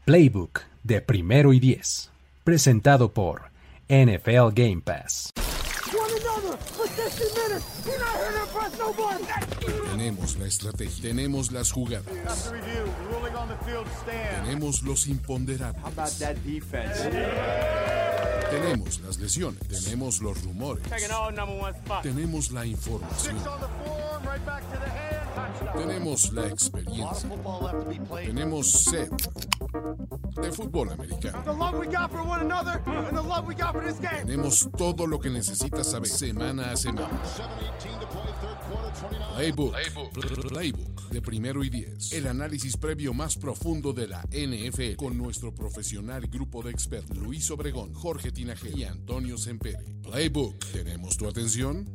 Playbook de Primero y 10, presentado por NFL Game Pass. Tenemos la estrategia, tenemos las jugadas, tenemos los imponderables, tenemos las lesiones, tenemos los rumores, tenemos la información, tenemos la experiencia, tenemos sed de fútbol americano. Tenemos todo lo que necesitas saber semana a semana. Playbook de Primero y 10. El análisis previo más profundo de la NFL con nuestro profesional grupo de expertos Luis Obregón, Jorge Tinajero y Antonio Sempere. Playbook. ¿Tenemos tu atención?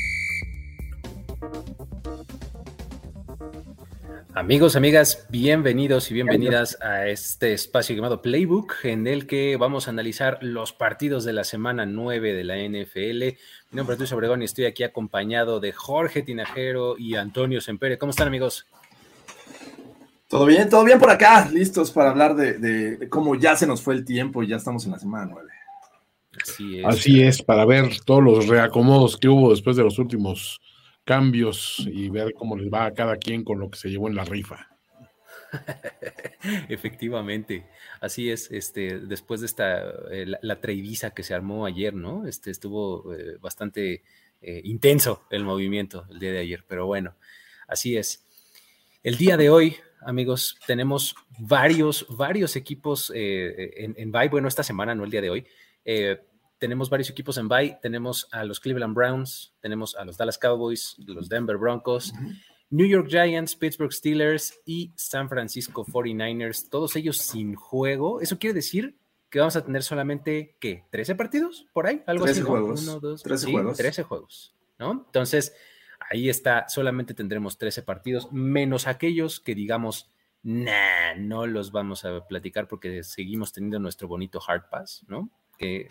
Amigos, amigas, bienvenidos y bienvenidas a este espacio llamado Playbook, en el que vamos a analizar los partidos de la semana 9 de la NFL. Mi nombre es Luis Obregón y estoy aquí acompañado de Jorge Tinajero y Antonio Sempere. ¿Cómo están, amigos? Todo bien por acá, listos para hablar de cómo ya se nos fue el tiempo y ya estamos en la semana 9. Así es, para ver todos los reacomodos que hubo después de los últimos cambios y ver cómo les va a cada quien con lo que se llevó en la rifa. Efectivamente, así es. Después de la treiviza que se armó ayer, ¿no? Estuvo bastante intenso el movimiento el día de ayer, pero bueno, así es. El día de hoy, amigos, tenemos varios equipos en bye. Bueno, esta semana, no el día de hoy. Tenemos varios equipos en bye. Tenemos a los Cleveland Browns, tenemos a los Dallas Cowboys, los Denver Broncos, New York Giants, Pittsburgh Steelers y San Francisco 49ers, todos ellos sin juego. Eso quiere decir que vamos a tener solamente, ¿qué? ¿13 partidos por ahí? Algo 13 así, ¿no? juegos. 1, 2, 13 sí, juegos. 13 juegos, ¿no? Entonces, ahí está, solamente tendremos 13 partidos, menos aquellos que digamos, no los vamos a platicar porque seguimos teniendo nuestro bonito Hard Pass, ¿no? Que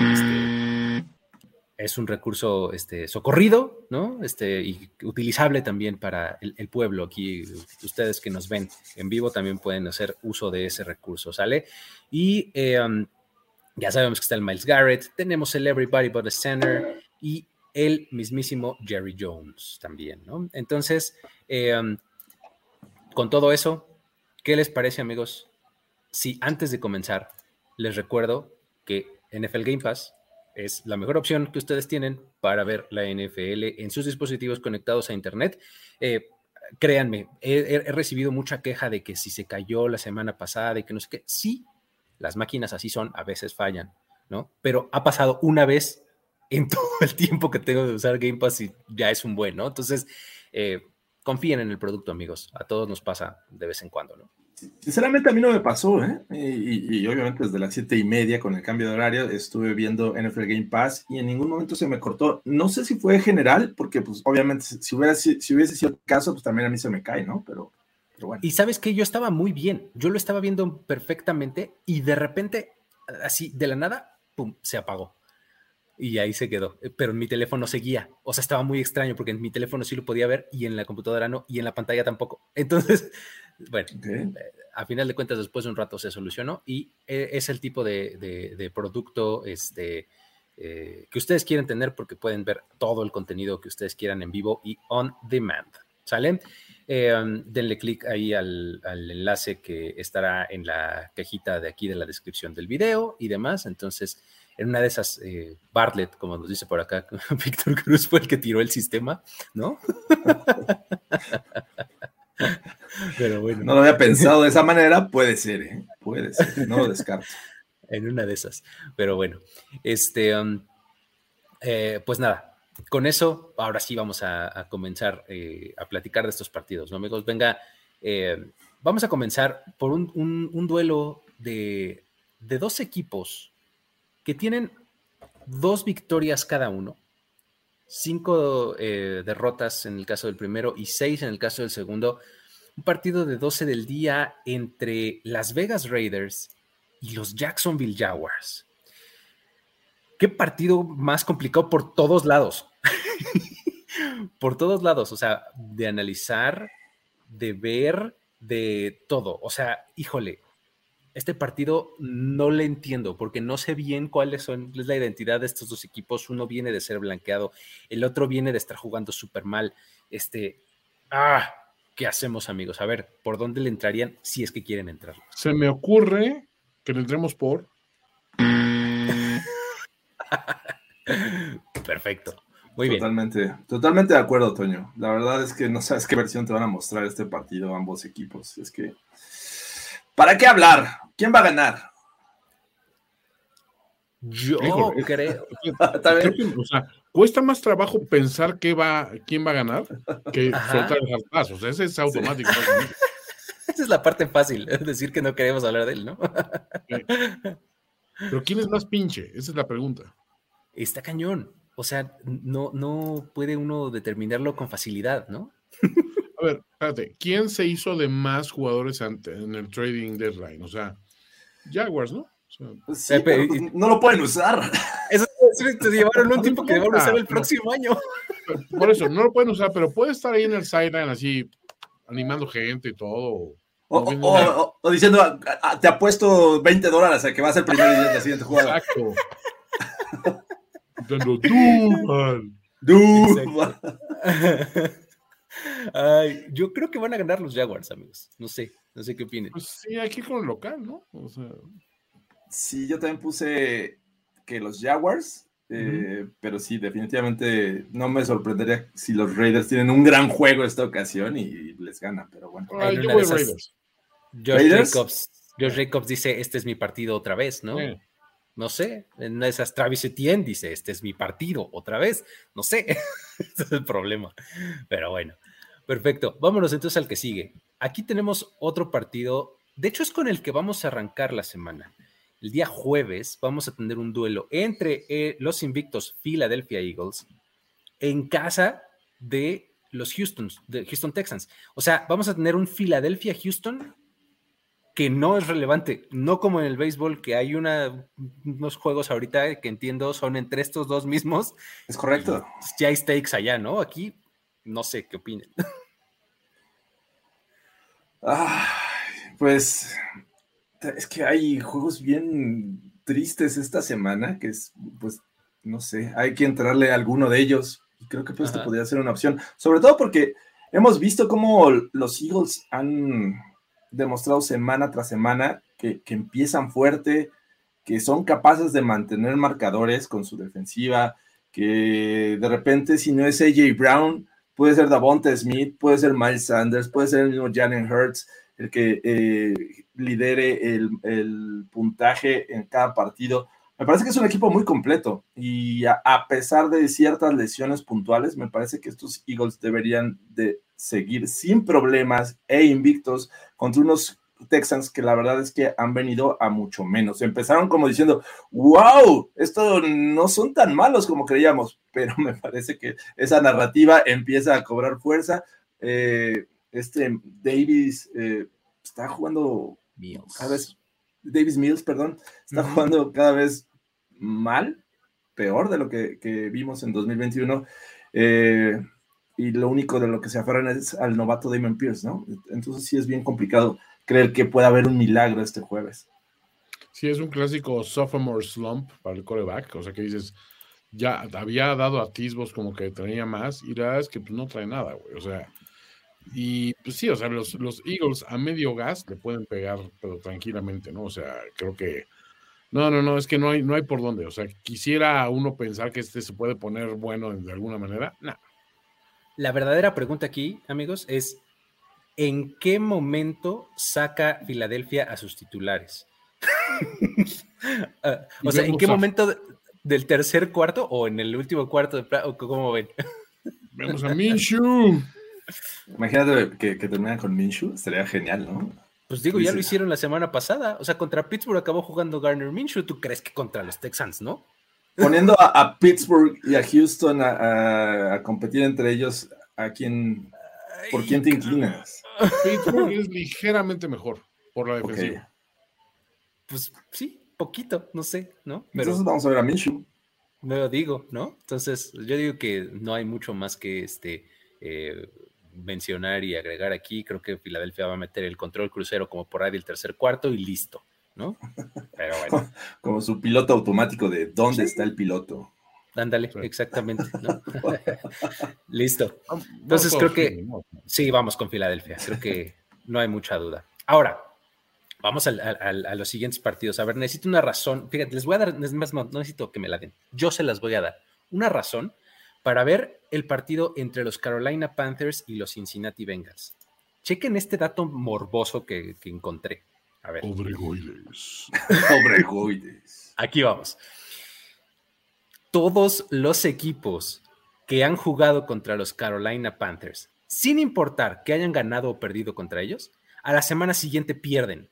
es un recurso socorrido, ¿no? Y utilizable también para el pueblo. Aquí, ustedes que nos ven en vivo también pueden hacer uso de ese recurso, ¿sale? Y ya sabemos que está el Myles Garrett, tenemos el Everybody But the Center y el mismísimo Jerry Jones también, ¿no? Entonces, con todo eso, ¿qué les parece, amigos? Si antes de comenzar, les recuerdo que NFL Game Pass es la mejor opción que ustedes tienen para ver la NFL en sus dispositivos conectados a internet. Créanme, he recibido mucha queja de que si se cayó la semana pasada y que no sé qué. Sí, las máquinas así son, a veces fallan, ¿no? Pero ha pasado una vez en todo el tiempo que tengo de usar Game Pass y ya es un buen, ¿no? Entonces, confíen en el producto, amigos. A todos nos pasa de vez en cuando, ¿no? Sinceramente a mí no me pasó, ¿eh? Y obviamente desde las 7:30 con el cambio de horario estuve viendo NFL Game Pass y en ningún momento se me cortó. No sé si fue general, porque pues obviamente si hubiese sido el caso, pues también a mí se me cae, ¿no? Pero bueno. Y sabes que yo estaba muy bien, yo lo estaba viendo perfectamente y de repente, así de la nada, pum, se apagó. Y ahí se quedó, pero en mi teléfono seguía. O sea, estaba muy extraño porque en mi teléfono sí lo podía ver y en la computadora no, y en la pantalla tampoco. Entonces, bueno, a final de cuentas después de un rato se solucionó y es el tipo de producto que ustedes quieren tener porque pueden ver todo el contenido que ustedes quieran en vivo y on demand, ¿sale? Denle clic ahí al enlace que estará en la cajita de aquí de la descripción del video y demás. Entonces, en una de esas, Bartlett, como nos dice por acá, Víctor Cruz fue el que tiró el sistema, ¿no? Pero bueno. No lo había pensado de esa manera, puede ser, ¿eh? Puede ser, no lo descarto. En una de esas, pero bueno, pues nada, con eso, ahora sí vamos a comenzar a platicar de estos partidos, ¿no, amigos? Venga, vamos a comenzar por un duelo de dos equipos que tienen 2 victorias cada uno, 5 derrotas en el caso del primero y 6 en el caso del segundo. Un partido de 12 del día entre Las Vegas Raiders y los Jacksonville Jaguars. Qué partido más complicado por todos lados. Por todos lados, o sea, de analizar, de ver, de todo. O sea, híjole, Este partido no le entiendo porque no sé bien es la identidad de estos dos equipos. Uno viene de ser blanqueado, el otro viene de estar jugando súper mal. ¿Qué hacemos, amigos? A ver, ¿por dónde le entrarían si es que quieren entrar? Se me ocurre que le entremos por... Perfecto. Muy bien. Totalmente de acuerdo, Toño. La verdad es que no sabes qué versión te van a mostrar este partido ambos equipos. Es que, ¿para qué hablar? ¿Quién va a ganar? Yo creo. O sea, cuesta más trabajo pensar quién va a ganar que soltar el hard. O sea, ese es automático. Sí. Esa es la parte fácil, es decir que no queremos hablar de él, ¿no? Sí. Pero ¿quién es más pinche? Esa es la pregunta. Está cañón. O sea, no puede uno determinarlo con facilidad, ¿no? A ver, espérate. ¿Quién se hizo de más jugadores en el trading deadline? O sea, Jaguars, ¿no? O sea, sí, pero no lo pueden usar. Eso te llevaron un tiempo que van a usar el próximo año. Por eso, no lo pueden usar, pero puede estar ahí en el sideline así, animando gente y todo. O diciendo, te apuesto $20 a que vas a ser primero y es la siguiente jugada. Exacto. Ay, yo creo que van a ganar los Jaguars, amigos. No sé qué opinen. Pues sí, hay que ir con el local, ¿no? O sea... Sí, yo también puse que los Jaguars, pero sí, definitivamente no me sorprendería si los Raiders tienen un gran juego esta ocasión y les ganan, pero bueno. Yo voy Raiders. Josh Jacobs dice, este es mi partido otra vez, ¿no? No sé, en una de esas Travis Etienne dice, este es mi partido otra vez, no sé, ese es el problema, pero bueno, perfecto, vámonos entonces al que sigue. Aquí tenemos otro partido, de hecho es con el que vamos a arrancar la semana. El día jueves vamos a tener un duelo entre los invictos Philadelphia Eagles en casa de los Houston Texans. O sea, vamos a tener un Philadelphia-Houston que no es relevante, no como en el béisbol, que hay unos juegos ahorita que entiendo son entre estos dos mismos. Es correcto. Ya hay stakes allá, ¿no? Aquí no sé qué opinen. Pues es que hay juegos bien tristes esta semana, que es, pues, no sé, hay que entrarle a alguno de ellos. Y creo que pues esto podría ser una opción, sobre todo porque hemos visto cómo los Eagles han demostrado semana tras semana que empiezan fuerte, que son capaces de mantener marcadores con su defensiva, que de repente si no es A.J. Brown, puede ser Davonta Smith, puede ser Miles Sanders, puede ser el mismo Jalen Hurts, el que lidere el puntaje en cada partido. Me parece que es un equipo muy completo y a pesar de ciertas lesiones puntuales, me parece que estos Eagles deberían de seguir sin problemas e invictos contra unos Texans que la verdad es que han venido a mucho menos. Empezaron como diciendo, wow, esto no son tan malos como creíamos, pero me parece que esa narrativa empieza a cobrar fuerza. Davis está jugando cada vez, Davis Mills, perdón, está jugando cada vez peor de lo que vimos en 2021, y lo único de lo que se aferran es al novato Dameon Pierce, ¿no? Entonces sí es bien complicado creer que pueda haber un milagro este jueves. Sí, es un clásico sophomore slump para el quarterback, o sea que dices, ya había dado atisbos como que tenía más, y la verdad es que pues, no trae nada, güey, o sea, y pues sí, o sea, los Eagles a medio gas le pueden pegar, pero tranquilamente, ¿no? O sea, creo que no, es que no hay por dónde, o sea, quisiera uno pensar que se puede poner bueno de alguna manera, no. La verdadera pregunta aquí, amigos, es ¿en qué momento saca Filadelfia a sus titulares? O sea, ¿en qué momento del tercer cuarto o en el último cuarto? ¿Cómo ven? Vemos a Minshew. Imagínate que terminan con Minshew, estaría genial, ¿no? Pues digo, ya lo hicieron la semana pasada. O sea, contra Pittsburgh acabó jugando Gardner Minshew. ¿Tú crees que contra los Texans, no? Poniendo a Pittsburgh y a Houston a competir entre ellos, ¿por quién te inclinas? Pittsburgh es ligeramente mejor por la defensiva. Okay. Pues sí, poquito, no sé, ¿no? Pero entonces vamos a ver a Minshew. Me lo digo, ¿no? Entonces, yo digo que no hay mucho más que mencionar y agregar aquí. Creo que Filadelfia va a meter el control crucero como por ahí del tercer cuarto y listo. ¿no? Pero bueno. Como su piloto automático de ¿dónde está el piloto? Ándale, Sí. exactamente, ¿no? Listo. Vamos Entonces todos, creo que ¿no? sí, vamos con Filadelfia. Creo que no hay mucha duda. Ahora, vamos a los siguientes partidos. A ver, necesito una razón. Fíjate, les voy a dar, es más, no necesito que me la den. Yo se las voy a dar. Una razón para ver el partido entre los Carolina Panthers y los Cincinnati Bengals. Chequen este dato morboso que encontré. A ver. Obregoides. Obregoides. Aquí vamos. Todos los equipos que han jugado contra los Carolina Panthers, sin importar que hayan ganado o perdido contra ellos, a la semana siguiente pierden.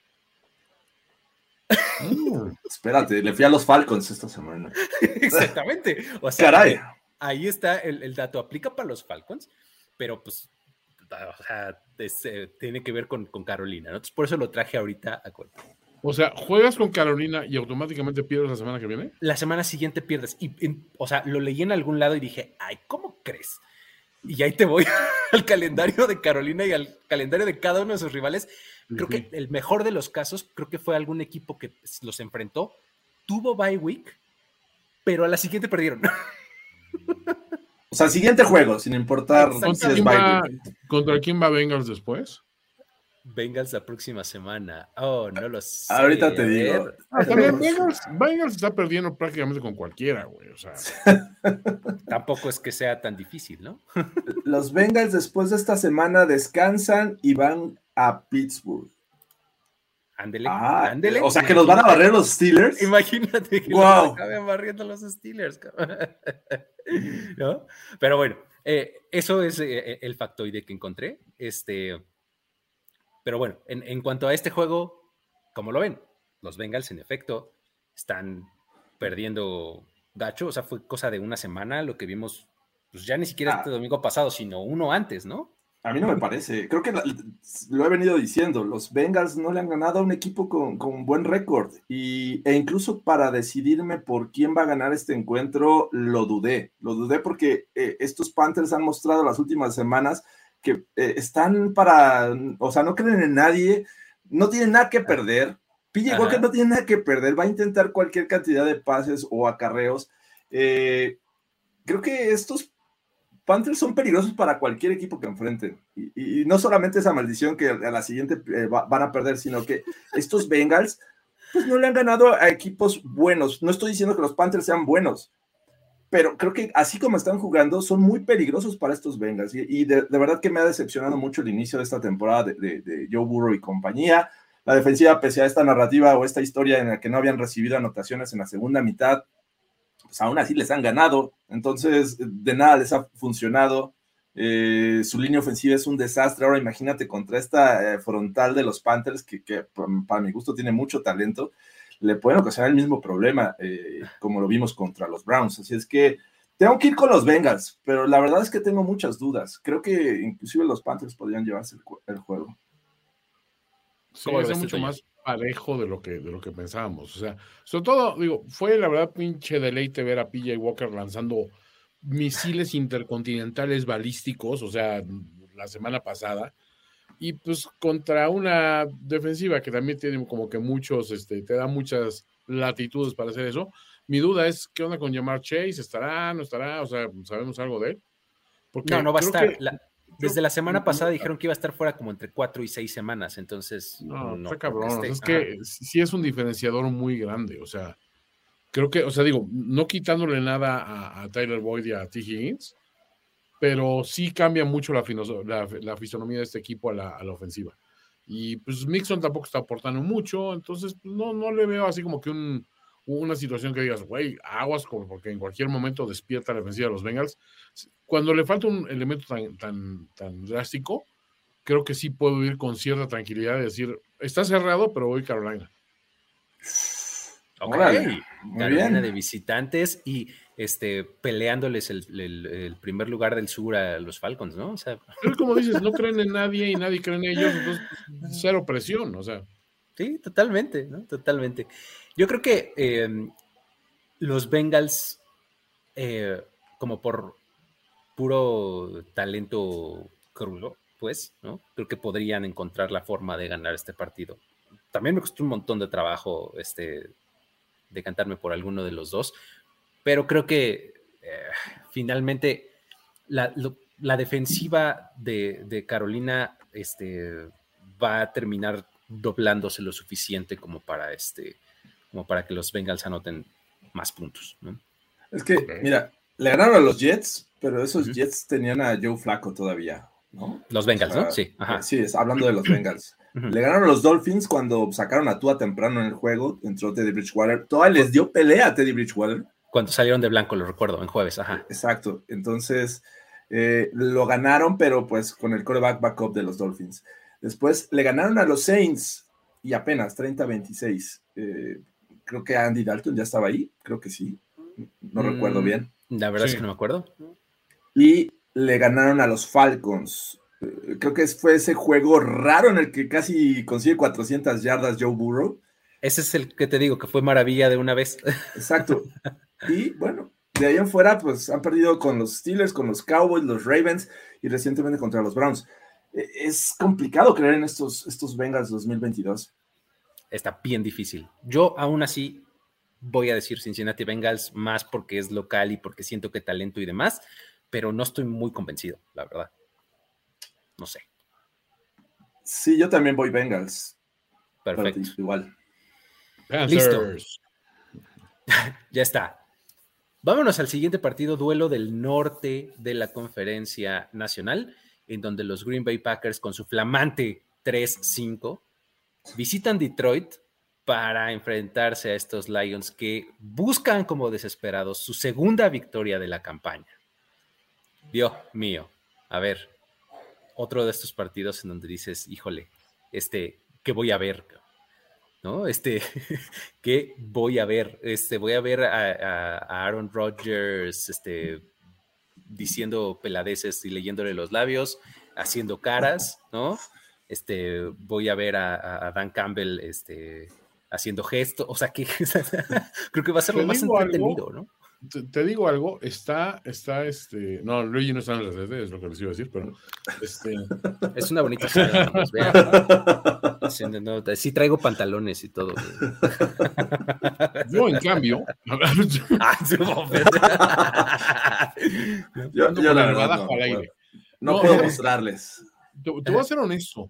Espérate, le fui a los Falcons esta semana. Exactamente. O sea, Caray. ahí está el dato. Aplica para los Falcons, pero pues, o sea, tiene que ver con Carolina, ¿no? Entonces, por eso lo traje ahorita a cuenta. O sea, ¿juegas con Carolina y automáticamente pierdes la semana que viene? La semana siguiente pierdes. O sea, lo leí en algún lado y dije, ay, ¿cómo crees? Y ahí te voy al calendario de Carolina y al calendario de cada uno de sus rivales. Creo que el mejor de los casos, creo que fue algún equipo que los enfrentó, tuvo bye week, pero a la siguiente perdieron. O sea, siguiente juego, sin importar si es bye week. ¿Contra quién va Bengals después? Bengals la próxima semana. Oh, no lo sé. Ahorita te digo. También Bengals está perdiendo prácticamente con cualquiera, güey. O sea, tampoco es que sea tan difícil, ¿no? Los Bengals después de esta semana descansan y van a Pittsburgh. Ándele, ándele. O sea, que los van a barrer los Steelers. Imagínate que los acaben barriendo los Steelers. ¿No? Pero bueno, eso es el factoide que encontré. Pero bueno, en cuanto a este juego, como lo ven, los Bengals en efecto están perdiendo gacho. O sea, fue cosa de una semana lo que vimos, pues ya ni siquiera este domingo pasado, sino uno antes, ¿no? A mí no me parece. Creo que lo he venido diciendo. Los Bengals no le han ganado a un equipo con buen récord. E incluso para decidirme por quién va a ganar este encuentro, lo dudé. Lo dudé porque estos Panthers han mostrado las últimas semanas que están o sea, no creen en nadie, no tienen nada que perder. PJ Walker no tiene nada que perder. Va a intentar cualquier cantidad de pases o acarreos. Creo que estos Panthers son peligrosos para cualquier equipo que enfrenten. Y no solamente esa maldición que a la siguiente van a perder, sino que estos Bengals pues no le han ganado a equipos buenos. No estoy diciendo que los Panthers sean buenos, pero creo que así como están jugando, son muy peligrosos para estos Bengals. Y de verdad que me ha decepcionado mucho el inicio de esta temporada de Joe Burrow y compañía. La defensiva, pese a esta narrativa o esta historia en la que no habían recibido anotaciones en la segunda mitad, pues aún así les han ganado, entonces de nada les ha funcionado. Su línea ofensiva es un desastre. Ahora imagínate contra esta frontal de los Panthers, que para mi gusto tiene mucho talento, le pueden ocasionar el mismo problema, como lo vimos contra los Browns. Así es que tengo que ir con los Bengals, pero la verdad es que tengo muchas dudas. Creo que inclusive los Panthers podrían llevarse el juego. Sí, es mucho más parejo de lo que pensábamos. O sea, sobre todo, digo, fue la verdad pinche deleite ver a PJ Walker lanzando misiles intercontinentales balísticos, o sea, la semana pasada, y pues contra una defensiva que también tiene como que muchos, te da muchas latitudes para hacer eso. Mi duda es, ¿qué onda con Ja'Marr Chase? ¿Estará, no estará? O sea, ¿sabemos algo de él? Porque no va a estar. Desde la semana pasada dijeron que iba a estar fuera como entre 4 y 6 semanas, entonces... No está cabrón, es que sí es un diferenciador muy grande, o sea, creo que, o sea, digo, no quitándole nada a Tyler Boyd y a T. Higgins, pero sí cambia mucho la fisonomía de este equipo a la ofensiva. Y pues Mixon tampoco está aportando mucho, entonces pues, no le veo así como que una situación que digas, güey, aguas, porque en cualquier momento despierta la ofensiva de los Bengals. Cuando le falta un elemento tan drástico, creo que sí puedo ir con cierta tranquilidad y decir, está cerrado, pero voy Carolina. Ok, Carolina de visitantes y peleándoles el primer lugar del sur a los Falcons, ¿no? O sea... Pero como dices, no creen en nadie y nadie cree en ellos, entonces cero presión, o sea. Sí, totalmente, ¿no? Totalmente. Yo creo que los Bengals, como por puro talento crudo, pues, ¿no? Creo que podrían encontrar la forma de ganar este partido. también me costó un montón de trabajo decantarme por alguno de los dos, pero creo que finalmente la defensiva de Carolina va a terminar doblándose lo suficiente como para que los Bengals anoten más puntos, ¿no? Es que, mira, le ganaron a los Jets, pero esos Jets tenían a Joe Flacco todavía, ¿no? Los Bengals, ¿no? Sí. Ajá. Sí, hablando de los Bengals. Le ganaron a los Dolphins cuando sacaron a Tua temprano en el juego, entró Teddy Bridgewater. Todavía les dio pelea a Teddy Bridgewater. Cuando salieron de blanco, lo recuerdo, en jueves, ajá. Exacto. Entonces, lo ganaron, pero pues con el quarterback backup de los Dolphins. Después le ganaron a los Saints y apenas 30-26. Creo que Andy Dalton ya estaba ahí, creo que sí. No recuerdo bien. La verdad es que no me acuerdo. Y le ganaron a los Falcons. Creo que fue ese juego raro en el que casi consigue 400 yardas Joe Burrow. Ese es el que te digo, que fue maravilla de una vez. Exacto. Y bueno, de ahí en fuera, pues han perdido con los Steelers, con los Cowboys, los Ravens y recientemente contra los Browns. Es complicado creer en estos Bengals 2022. Está bien difícil. Yo aún así voy a decir Cincinnati Bengals más porque es local y porque siento que talento y demás, pero no estoy muy convencido, la verdad. No sé. Sí, yo también voy Bengals. Perfecto. Igual. Listo. Ya está. Vámonos al siguiente partido, duelo del norte de la Conferencia Nacional, en donde los Green Bay Packers con su flamante 3-5 visitan Detroit para enfrentarse a estos Lions que buscan como desesperados su segunda victoria de la campaña. Dios mío, a ver, otro de estos partidos en donde dices, híjole, ¿qué voy a ver? ¿No? ¿Qué voy a ver? Voy a ver a Aaron Rodgers diciendo peladeces y leyéndole los labios, haciendo caras, ¿no? Voy a ver a Dan Campbell haciendo gestos, o sea que creo que va a ser lo más entretenido, ¿no? Te digo algo, no, Luigi no está en las redes, es lo que les iba a decir, pero es una bonita saga, pues, vean. Sí traigo pantalones y todo. Yo, en cambio, yo la verdad no puedo mostrarles. Te voy a ser honesto.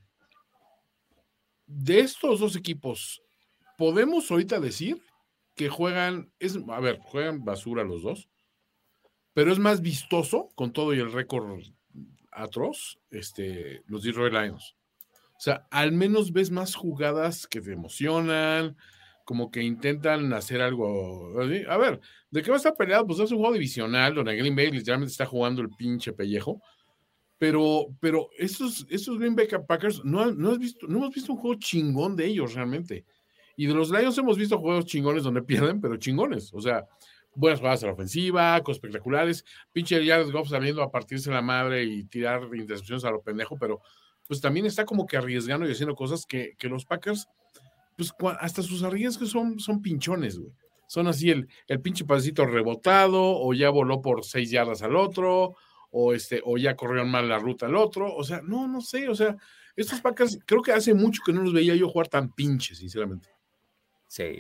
De estos dos equipos, podemos ahorita decir que juegan basura los dos, pero es más vistoso, con todo y el récord atroz, los Detroit Lions. O sea, al menos ves más jugadas que te emocionan, como que intentan hacer algo. A ver, ¿de qué va a estar peleado? Pues es un juego divisional donde Green Bay literalmente está jugando el pinche pellejo. Pero estos Green Bay Packers no hemos visto un juego chingón de ellos realmente. Y de los Lions hemos visto juegos chingones donde pierden, pero chingones. O sea, buenas jugadas a la ofensiva, cosas espectaculares. Pinche Jared Goff saliendo a partirse la madre y tirar intercepciones a lo pendejo, pero pues también está como que arriesgando y haciendo cosas que los Packers, pues hasta sus arriesgos son pinchones, güey. Son así el pinche pasecito rebotado, o ya voló por 6 yardas al otro, o ya corrieron mal la ruta al otro. O sea, no sé, o sea, estos Packers creo que hace mucho que no los veía yo jugar tan pinches, sinceramente. Sí.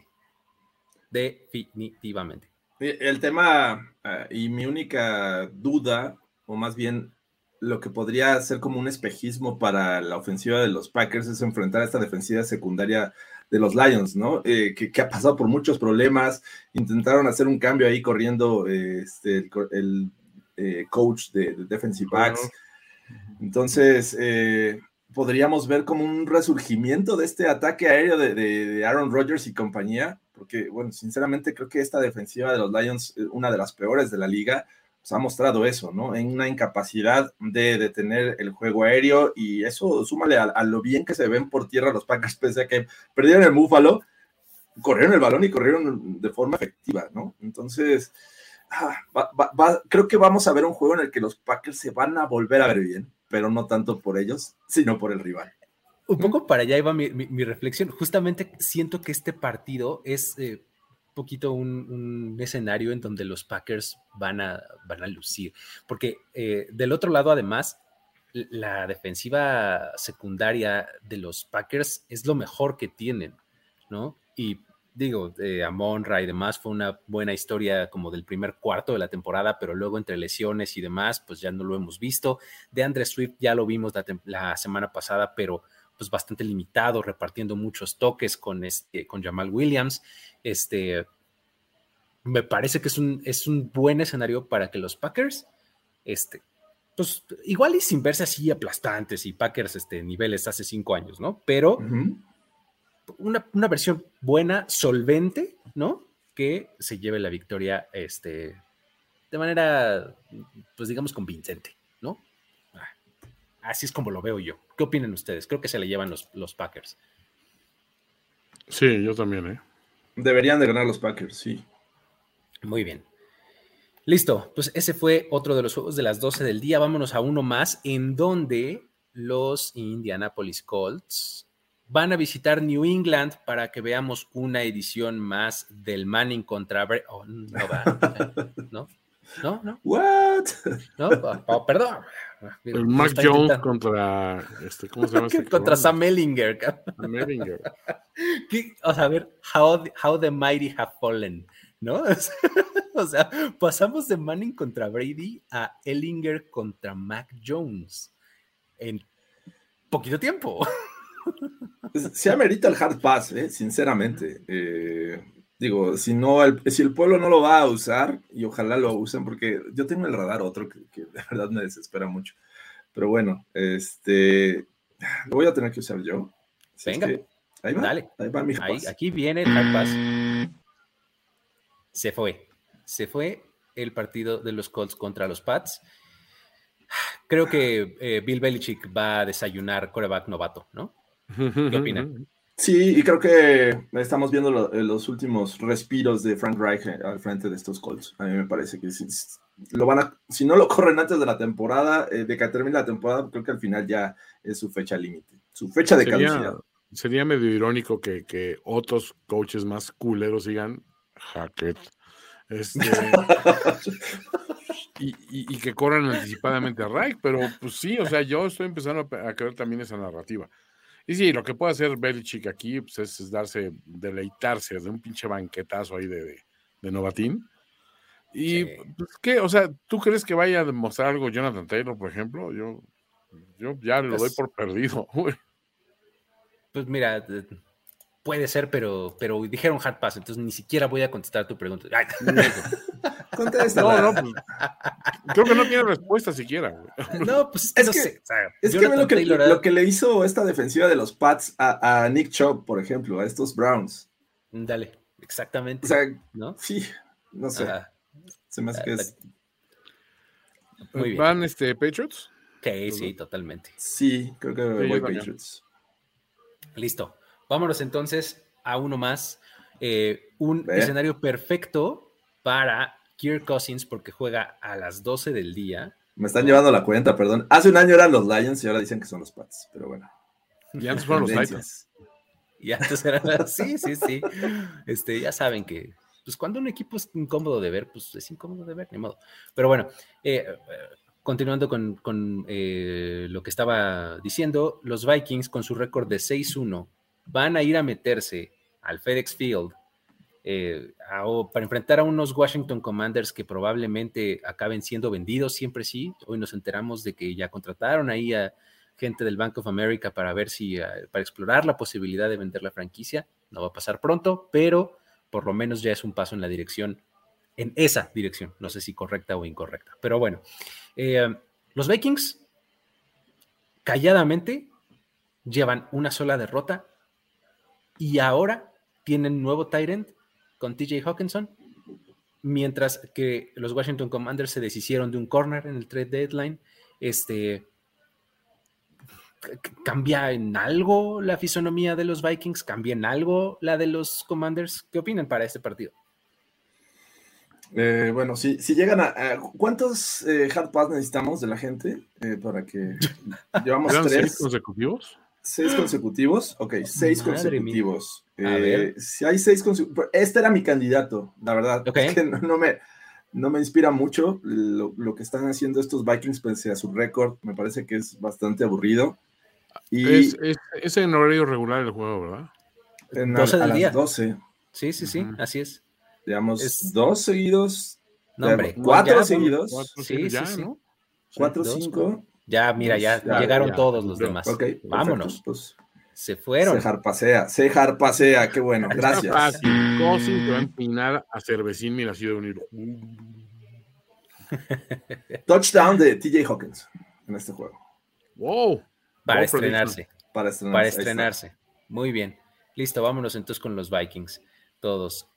Definitivamente. El tema y mi única duda, o más bien lo que podría ser como un espejismo para la ofensiva de los Packers, es enfrentar a esta defensiva secundaria de los Lions, ¿no? Que ha pasado por muchos problemas. Intentaron hacer un cambio ahí corriendo el coach de defensive backs. Entonces, podríamos ver como un resurgimiento de este ataque aéreo de Aaron Rodgers y compañía, porque, bueno, sinceramente creo que esta defensiva de los Lions, una de las peores de la liga, pues ha mostrado eso, ¿no? En una incapacidad de detener el juego aéreo, y eso súmale a lo bien que se ven por tierra los Packers, pese a que perdieron el Buffalo, corrieron el balón y corrieron de forma efectiva, ¿no? Entonces, creo que vamos a ver un juego en el que los Packers se van a volver a ver bien, pero no tanto por ellos, sino por el rival. Un poco para allá iba mi reflexión. Justamente siento que este partido es un poquito un escenario en donde los Packers van a lucir. Porque del otro lado, además, la defensiva secundaria de los Packers es lo mejor que tienen, ¿no? Y digo, Amon-Ra y demás fue una buena historia como del primer cuarto de la temporada, pero luego entre lesiones y demás, pues ya no lo hemos visto. DeAndre Swift ya lo vimos la semana pasada, pero pues bastante limitado, repartiendo muchos toques con Jamal Williams. Me parece que es un buen escenario para que los Packers, pues igual y sin verse así aplastantes y Packers niveles hace 5 años, ¿no? Pero una versión buena, solvente, ¿no? Que se lleve la victoria de manera, pues digamos, convincente, ¿no? Así es como lo veo yo. ¿Qué opinan ustedes? Creo que se le llevan los Packers. Sí, yo también, ¿eh? Deberían de ganar los Packers, sí. Muy bien. Listo, pues ese fue otro de los juegos de las 12 del día. Vámonos a uno más en donde los Indianapolis Colts van a visitar New England para que veamos una edición más del Manning contra Brady. Oh, no va. ¿No? ¿What? No, perdón. El Mac Jones contra ¿cómo se llama? Contra Sam Ehlinger. Sam Ehlinger. O sea, a ver, how the mighty have fallen, ¿no? O sea, pasamos de Manning contra Brady a Ehlinger contra Mac Jones en poquito tiempo. Se amerita el hard pass, sinceramente. Digo, si el pueblo no lo va a usar, y ojalá lo usen, porque yo tengo en el radar otro que de verdad me desespera mucho. Pero bueno, lo voy a tener que usar yo. Venga, ahí va, dale. Ahí va mi hard pass. Aquí viene el hard pass. Se fue el partido de los Colts contra los Pats. Creo que Bill Belichick va a desayunar quarterback novato, ¿no? ¿Qué opinan? Sí, y creo que estamos viendo los últimos respiros de Frank Reich al frente de estos Colts. A mí me parece que si no lo corren antes de la temporada, de que termine la temporada, creo que al final ya es su fecha límite, su fecha de caducidad. Sería medio irónico que otros coaches más culeros sigan Hackett. Y que corran anticipadamente a Reich, pero pues sí, o sea, yo estoy empezando a creer también esa narrativa. Y sí, lo que puede hacer Belichick aquí pues, es deleitarse de un pinche banquetazo ahí de novatín. Y sí. Pues, ¿qué? O sea, ¿tú crees que vaya a demostrar algo Jonathan Taylor, por ejemplo? Yo ya lo doy por perdido. Pues mira, puede ser, pero dijeron hard pass, entonces ni siquiera voy a contestar tu pregunta. Contesta. No, pues, creo que no tiene respuesta siquiera, güey. No, pues es no que, sé. O sea, es que lo que le hizo esta defensiva de los Pats a Nick Chubb, por ejemplo, a estos Browns. Dale, exactamente. O sea, ¿no? Sí, no sé. Se me hace que es. Muy bien. ¿Van Patriots? Sí, totalmente. Sí, creo que voy Patriots. Listo. Vámonos entonces a uno más. Un escenario perfecto para Kirk Cousins porque juega a las 12 del día. Me están llevando la cuenta, perdón. Hace un año eran los Lions y ahora dicen que son los Pats, pero bueno. Y antes fueron los Titans. Y antes eran sí. Ya saben que pues cuando un equipo es incómodo de ver, pues es incómodo de ver, ni modo. Pero bueno, continuando con lo que estaba diciendo, los Vikings con su récord de 6-1 van a ir a meterse al FedEx Field para enfrentar a unos Washington Commanders que probablemente acaben siendo vendidos, siempre sí. Hoy nos enteramos de que ya contrataron ahí a gente del Bank of America para ver si, para explorar la posibilidad de vender la franquicia. No va a pasar pronto, pero por lo menos ya es un paso en esa dirección. No sé si correcta o incorrecta, pero bueno. Los Vikings calladamente llevan una sola derrota y ahora tienen nuevo tight end con TJ Hawkinson, mientras que los Washington Commanders se deshicieron de un corner en el trade deadline. ¿Cambia en algo la fisonomía de los Vikings? ¿Cambia en algo la de los Commanders? ¿Qué opinan para este partido? Bueno, si llegan a ¿cuántos hard pass necesitamos de la gente para que llevamos 3? ¿6 consecutivos? 6 consecutivos, ok, 6 consecutivos. A ver. Si hay 6 consecutivos, este era mi candidato, la verdad. Okay. Es que no no me inspira mucho lo que están haciendo estos Vikings pese a su récord. Me parece que es bastante aburrido. Y es en horario regular el juego, ¿verdad? 12 del a día. las 12. Sí, así es. Digamos, 2 seguidos. No, hombre. 4 seguidos. 4 Sí, ya, sí. ¿no? 4, Dos, 5. Ya, mira, ya llegaron todos los ya. demás. Ok, perfecto, vámonos. Pues, se fueron. Se harpasea, qué bueno, gracias. Está fácil. Cousins te va a empinar a Cervecín, mira, así de unir. Touchdown de TJ Hawkins en este juego. Wow. Para estrenarse. Para estrenarse. Muy bien. Listo, vámonos entonces con los Vikings. Todos.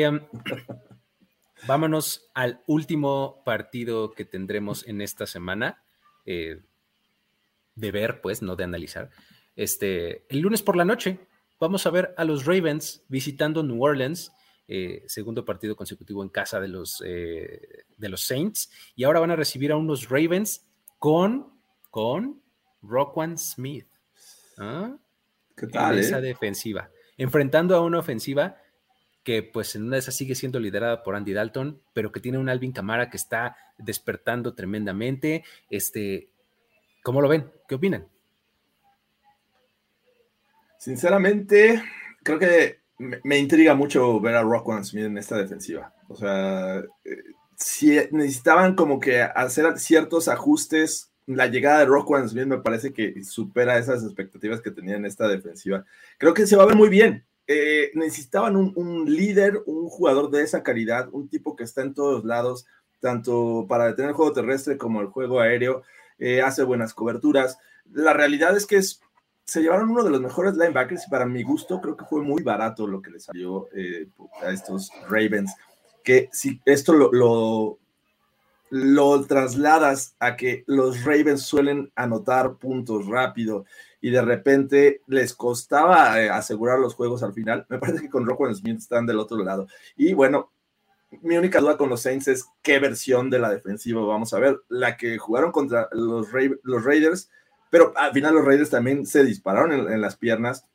Vámonos al último partido que tendremos en esta semana. De ver, pues, no de analizar. El lunes por la noche vamos a ver a los Ravens visitando New Orleans. Segundo partido consecutivo en casa de los Saints. Y ahora van a recibir a unos Ravens con Roquan Smith. ¿Ah? ¿Qué tal, en esa defensiva. Enfrentando a una ofensiva que pues en una de esas sigue siendo liderada por Andy Dalton, pero que tiene un Alvin Kamara que está despertando tremendamente. ¿Cómo lo ven? ¿Qué opinan? Sinceramente, creo que me intriga mucho ver a Roquan Smith en esta defensiva. O sea, si necesitaban como que hacer ciertos ajustes, la llegada de Roquan Smith me parece que supera esas expectativas que tenían en esta defensiva. Creo que se va a ver muy bien. Necesitaban un líder, un jugador de esa calidad, un tipo que está en todos lados, tanto para detener el juego terrestre como el juego aéreo, hace buenas coberturas. La realidad es que se llevaron uno de los mejores linebackers y para mi gusto creo que fue muy barato lo que le salió a estos Ravens, que si esto lo trasladas a que los Ravens suelen anotar puntos rápido y de repente les costaba asegurar los juegos al final, me parece que con Roquan Smith están del otro lado. Y bueno, mi única duda con los Saints es qué versión de la defensiva vamos a ver. La que jugaron contra los Raiders, pero al final los Raiders también se dispararon en las piernas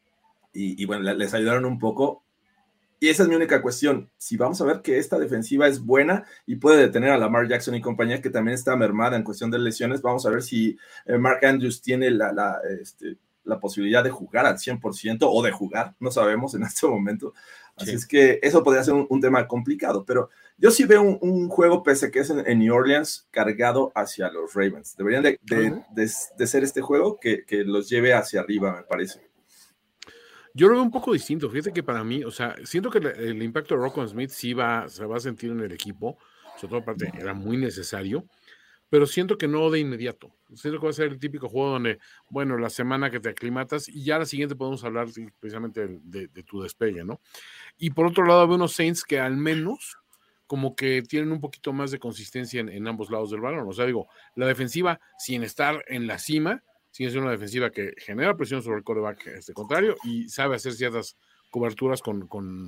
y bueno, les ayudaron un poco. Y esa es mi única cuestión. Si vamos a ver que esta defensiva es buena y puede detener a Lamar Jackson y compañía, que también está mermada en cuestión de lesiones, vamos a ver si Mark Andrews tiene la posibilidad de jugar al 100% o de jugar, no sabemos en este momento. Así es que eso podría ser un tema complicado, pero yo sí veo un juego, pese a que es en New Orleans, cargado hacia los Ravens. Deberían de ser este juego que los lleve hacia arriba, me parece. Yo lo veo un poco distinto. Fíjate que para mí, o sea, siento que el impacto de Roquan Smith sí se va a sentir en el equipo, sobre todo aparte era muy necesario, pero siento que no de inmediato. Siento que va a ser el típico juego donde, bueno, la semana que te aclimatas y ya la siguiente podemos hablar precisamente de tu despegue, ¿no? Y por otro lado, veo unos Saints que al menos como que tienen un poquito más de consistencia en ambos lados del balón. O sea, digo, la defensiva, sin estar en la cima, sigue siendo una defensiva que genera presión sobre el quarterback contrario y sabe hacer ciertas coberturas con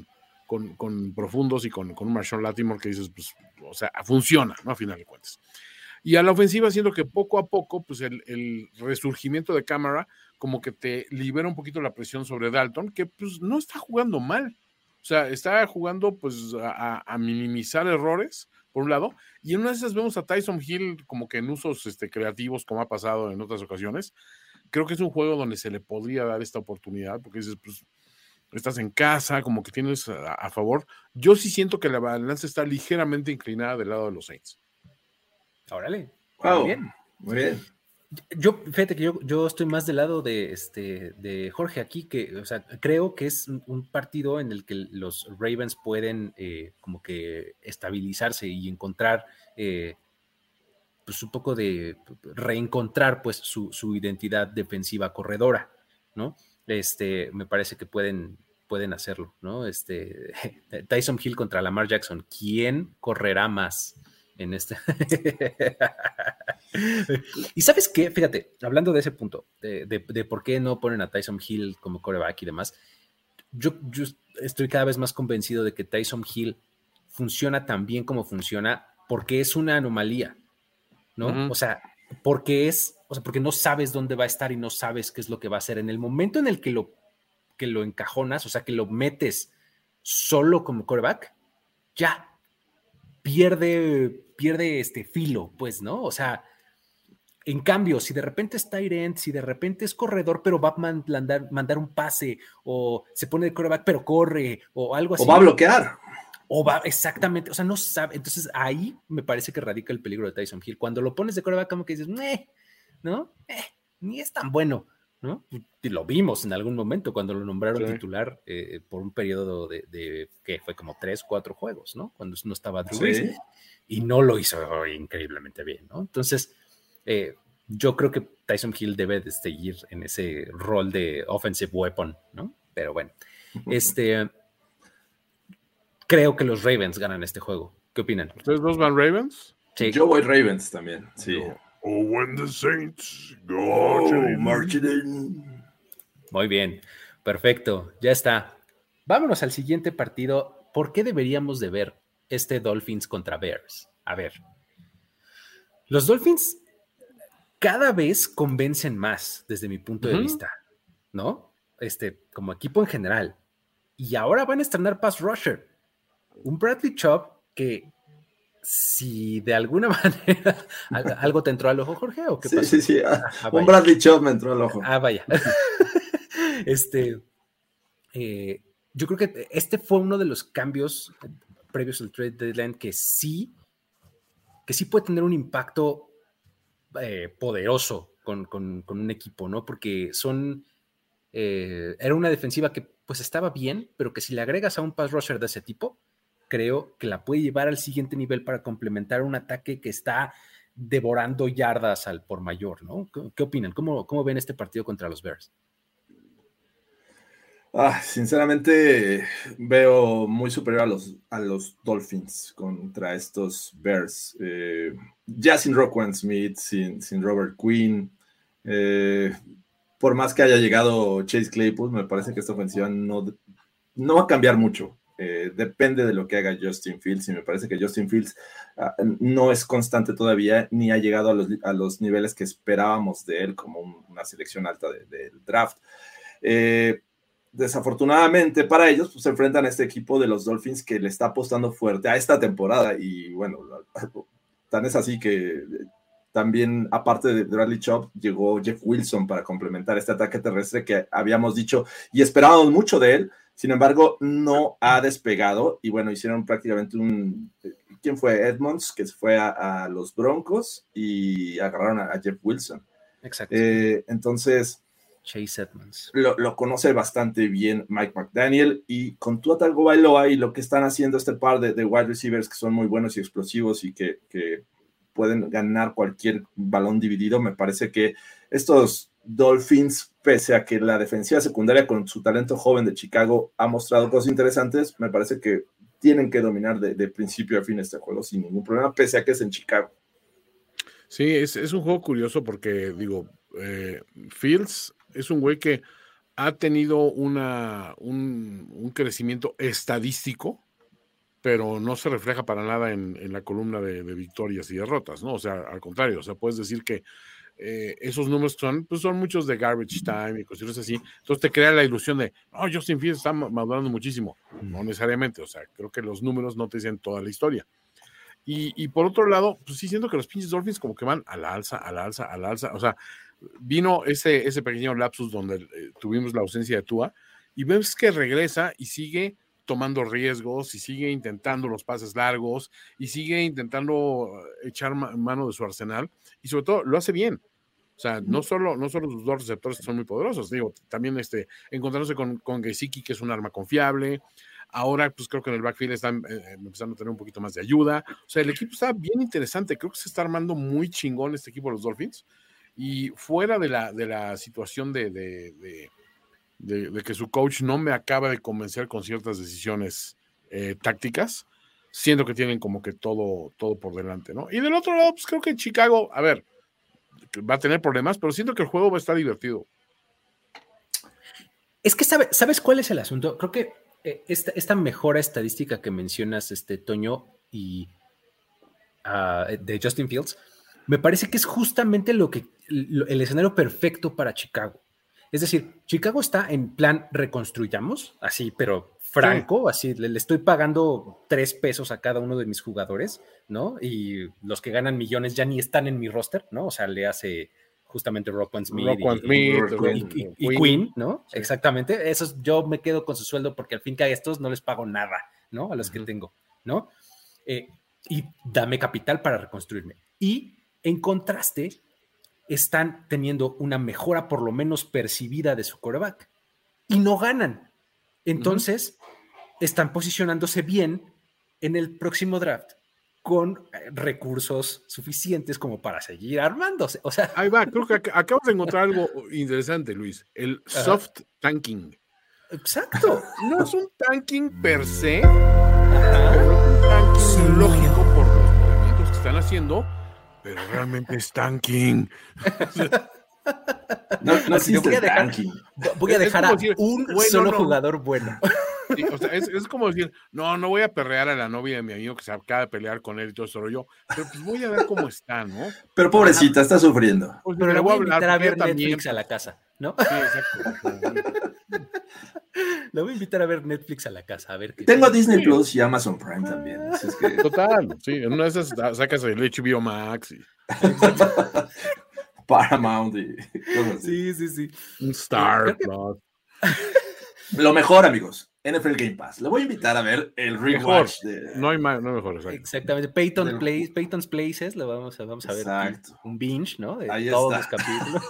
profundos y con un Marshawn Lattimore que dices, pues, o sea, funciona, ¿no? A final de cuentas. Y a la ofensiva, siento que poco a poco, pues el resurgimiento de Kamara como que te libera un poquito la presión sobre Dalton, que pues no está jugando mal. O sea, está jugando pues a minimizar errores, por un lado, y en una de esas vemos a Tyson Hill como que en usos creativos, como ha pasado en otras ocasiones. Creo que es un juego donde se le podría dar esta oportunidad, porque dices, pues, estás en casa, como que tienes a favor. Yo sí siento que la balanza está ligeramente inclinada del lado de los Saints. Órale. Wow. Muy bien. Fíjate que yo estoy más del lado de Jorge aquí, que, o sea, creo que es un partido en el que los Ravens pueden como que estabilizarse y encontrar pues un poco de reencontrar pues su identidad defensiva corredora, ¿no? Me parece que pueden hacerlo, ¿no? Tyson Hill contra Lamar Jackson, ¿quién correrá más en este? Y ¿sabes qué? Fíjate, hablando de ese punto, de por qué no ponen a Tyson Hill como quarterback y demás, yo estoy cada vez más convencido de que Tyson Hill funciona tan bien como funciona porque es una anomalía, ¿no? Uh-huh. O sea, porque no sabes dónde va a estar y no sabes qué es lo que va a hacer. En el momento en el que lo encajonas, o sea, que lo metes solo como quarterback, ya pierde filo, pues, ¿no? O sea, en cambio, si de repente es tight end, si de repente es corredor, pero va a mandar un pase, o se pone de quarterback, pero corre, o algo así. O va a bloquear. Exactamente, o sea, no sabe. Entonces ahí me parece que radica el peligro de Taysom Hill. Cuando lo pones de quarterback, como que dices, ¿no? Ni es tan bueno, ¿no? Y lo vimos en algún momento cuando lo nombraron titular por un periodo de que fue como 3-4 juegos, ¿no? Cuando no estaba Drew Brees, y no lo hizo increíblemente bien, ¿no? Entonces, yo creo que Taysom Hill debe de seguir en ese rol de offensive weapon, ¿no? Pero bueno, creo que los Ravens ganan este juego. ¿Qué opinan? ¿Ustedes dos van Ravens? Sí. Yo voy Ravens también, sí. When the Saints go marching in. Muy bien, perfecto, ya está. Vámonos al siguiente partido. ¿Por qué deberíamos de ver Dolphins contra Bears? A ver, los Dolphins cada vez convencen más desde mi punto de vista, ¿no? Como equipo en general. Y ahora van a estrenar pass rusher. Un Bradley Chubb que, si de alguna manera algo te entró al ojo, Jorge, ¿o qué pasó? Sí. Un Bradley Chubb me entró al ojo. Vaya. Yo creo que este fue uno de los cambios previos al trade deadline que sí puede tener un impacto poderoso con un equipo, ¿no? Porque era una defensiva que pues estaba bien, pero que si le agregas a un pass rusher de ese tipo, creo que la puede llevar al siguiente nivel para complementar un ataque que está devorando yardas al por mayor, ¿no? ¿Qué opinan? ¿Cómo ven este partido contra los Bears? Sinceramente veo muy superior a los Dolphins contra estos Bears. Ya sin Roquan Smith, sin Robert Quinn, por más que haya llegado Chase Claypool, me parece que esta ofensiva no va a cambiar mucho. Depende de lo que haga Justin Fields, y me parece que Justin Fields no es constante todavía, ni ha llegado a los niveles que esperábamos de él como una selección alta del draft. Desafortunadamente para ellos, pues se enfrentan a este equipo de los Dolphins que le está apostando fuerte a esta temporada, y bueno, tan es así que también, aparte de Bradley Chubb, llegó Jeff Wilson para complementar este ataque terrestre que habíamos dicho y esperábamos mucho de él. Sin embargo, no ha despegado, y bueno, hicieron prácticamente ¿quién fue? Edmonds, que se fue a los Broncos, y agarraron a Jeff Wilson. Exacto. Entonces, Chase Edmonds. Lo conoce bastante bien Mike McDaniel, y con Tua Tagovailoa y lo que están haciendo este par de wide receivers que son muy buenos y explosivos y que pueden ganar cualquier balón dividido, me parece que estos Dolphins, pese a que la defensiva secundaria con su talento joven de Chicago ha mostrado cosas interesantes, me parece que tienen que dominar de principio a fin este juego sin ningún problema, pese a que es en Chicago. Sí, es un juego curioso porque, digo, Fields es un güey que ha tenido un crecimiento estadístico, pero no se refleja para nada en la columna de victorias y derrotas, ¿no? O sea, al contrario, o sea, puedes decir que esos números son muchos de garbage time y cuestiones así, entonces te crea la ilusión de, Justin Fields está madurando muchísimo. No necesariamente, o sea, creo que los números no te dicen toda la historia. Y por otro lado, pues sí siento que los pinches Dolphins como que van a la alza, o sea, vino ese pequeño lapsus donde tuvimos la ausencia de Tua, y ves que regresa y sigue tomando riesgos, y sigue intentando los pases largos, y sigue intentando echar mano de su arsenal, y sobre todo lo hace bien. O sea, no solo sus dos receptores que son muy poderosos, digo, también encontrándose con Gesicki, que es un arma confiable. Ahora, pues creo que en el backfield están empezando a tener un poquito más de ayuda. O sea, el equipo está bien interesante. Creo que se está armando muy chingón este equipo de los Dolphins. Y fuera de la situación de que su coach no me acaba de convencer con ciertas decisiones tácticas, siento que tienen como que todo por delante, ¿no? Y del otro lado, pues creo que Chicago, a ver, va a tener problemas, pero siento que el juego va a estar divertido. Es que ¿sabes cuál es el asunto? Creo que esta mejora estadística que mencionas, Toño, y de Justin Fields, me parece que es justamente el escenario perfecto para Chicago. Es decir, Chicago está en plan reconstruyamos, así, pero franco, así le estoy pagando 3 pesos a cada uno de mis jugadores, ¿no? Y los que ganan millones ya ni están en mi roster, ¿no? O sea, le hace justamente Roquan Smith y Quinn, ¿no? Sí. Exactamente. Esos yo me quedo con su sueldo porque al fin que a estos no les pago nada, ¿no? A los que tengo, ¿no? Y dame capital para reconstruirme. Y en contraste, están teniendo una mejora por lo menos percibida de su quarterback y no ganan. Entonces, están posicionándose bien en el próximo draft con recursos suficientes como para seguir armándose. O sea, ahí va, creo que acabas de encontrar algo interesante, Luis. El soft tanking. Exacto. No es un tanking per se, pero es un tanking lógico por los movimientos que están haciendo, pero realmente es tanking. No voy a dejar a un solo jugador bueno. Sí, o sea, es como decir, no voy a perrear a la novia de mi amigo que se acaba de pelear con él y todo eso rollo, pero pues voy a ver cómo está, ¿no? Pero pobrecita, está sufriendo. Pues pero le voy a invitar a ver Netflix a la casa, ¿no? Sí, exacto. Le voy a invitar a ver Netflix a la casa, a ver qué. Tengo Disney Plus y Amazon Prime también. Así es que... Total, sí, en una de esas sacas el HBO Max y... Paramount y cosas así. Sí. Un Star Plus. Lo mejor, amigos, NFL Game Pass. Le voy a invitar a ver el rewatch de... No hay mejor, exacto. Exactamente. Peyton's Places, lo vamos a ver. Un binge, ¿no? De ahí todos está. los capítulos.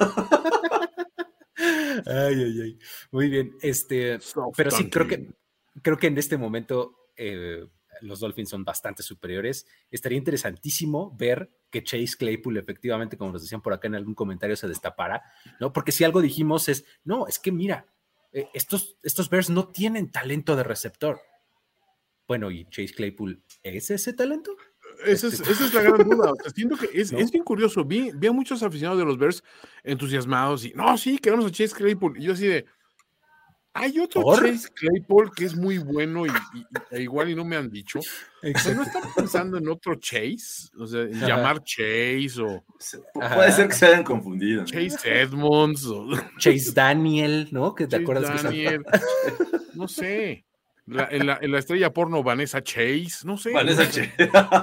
Ay. Muy bien. Pero sí, creo que en este momento los Dolphins son bastante superiores. Estaría interesantísimo ver que Chase Claypool efectivamente, como nos decían por acá en algún comentario, se destapara, ¿no? Porque si algo dijimos es que mira, estos Bears no tienen talento de receptor. Bueno, ¿y Chase Claypool es ese talento? Esa es la gran duda. O sea, siento que es bien curioso. Vi a muchos aficionados de los Bears entusiasmados y, no, sí, queremos a Chase Claypool. Y yo así de, hay otro Chase Claypool que es muy bueno y igual y no me han dicho. O sea, ¿no están pensando en otro Chase? O sea, en llamar Chase o... Puede ser que se hayan confundido, ¿no? Chase Edmonds o... Chase Daniel, ¿no? ¿Que te acuerdas? Daniel. No sé. En la estrella porno Vanessa Chase, no sé. Vanessa Chase.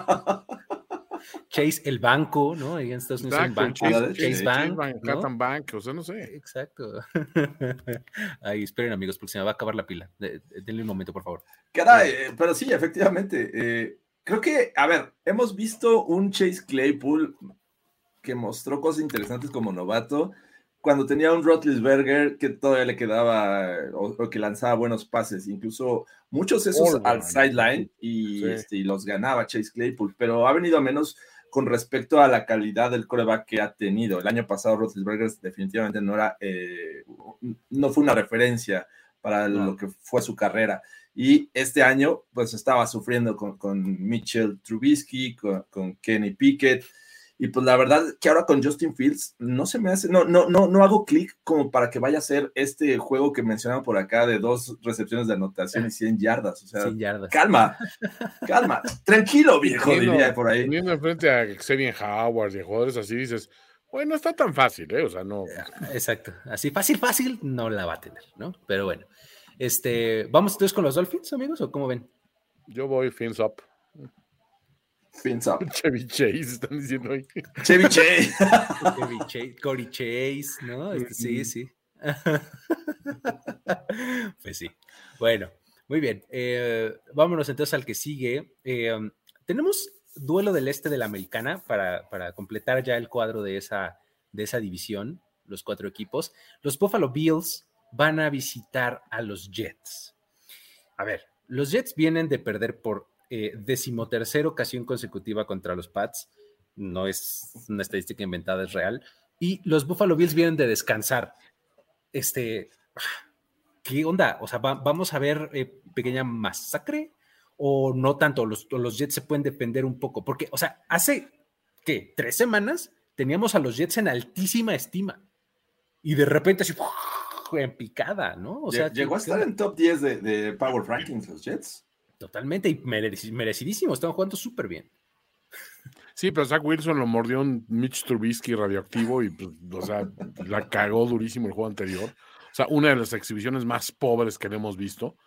Chase el banco, ¿no? Ahí en Estados Unidos Exacto, Chase Bank, ¿no? Bank, o sea, no sé. Exacto. Ahí, esperen, amigos, porque se me va a acabar la pila. Denle un momento, por favor. Caray, pero sí, efectivamente. Creo que, a ver, hemos visto un Chase Claypool que mostró cosas interesantes como novato, cuando tenía un Roethlisberger que todavía le quedaba, o que lanzaba buenos pases, incluso muchos esos al sideline, y los ganaba Chase Claypool, pero ha venido a menos con respecto a la calidad del quarterback que ha tenido. El año pasado Roethlisberger definitivamente no fue una referencia para lo que fue su carrera, y este año pues estaba sufriendo con Mitchell Trubisky, con Kenny Pickett. Y pues la verdad que ahora con Justin Fields no se me hace, no hago clic como para que vaya a ser este juego que mencionaban por acá de 2 recepciones de anotación y 100 yardas. O sea, 100 yardas. Calma, tranquilo, viejo, diría por ahí. Teniendo enfrente a Xavier Howard y a jugadores así, dices, bueno, está tan fácil, ¿eh? O sea, no. Exacto. Así fácil no la va a tener, ¿no? Pero bueno. ¿Vamos entonces con los Dolphins, amigos, o cómo ven? Yo voy fins up. Fins up. Chevy Chase, están diciendo hoy. Chevy Chase. Corey Chase, ¿no? Sí. Pues sí. Bueno, muy bien. Vámonos entonces al que sigue. Tenemos duelo del este de la Americana para completar ya el cuadro de esa división, los 4 equipos. Los Buffalo Bills van a visitar a los Jets. A ver, los Jets vienen de perder por 13ª ocasión consecutiva contra los Pats. No es una estadística inventada, es real. Y los Buffalo Bills vienen de descansar. ¿Qué onda? O sea, ¿vamos a ver pequeña masacre? ¿O no tanto? Los Jets se pueden defender un poco. Porque, o sea, hace, ¿qué? 3 semanas teníamos a los Jets en altísima estima. Y de repente así, en picada, ¿no? O sea, llegó a estar en top 10 de Power Rankings los Jets. Totalmente, y merecidísimo, estaban jugando súper bien. Sí, pero Zach Wilson lo mordió un Mitch Trubisky radioactivo y, pues, o sea, la cagó durísimo el juego anterior. O sea, una de las exhibiciones más pobres que le hemos visto.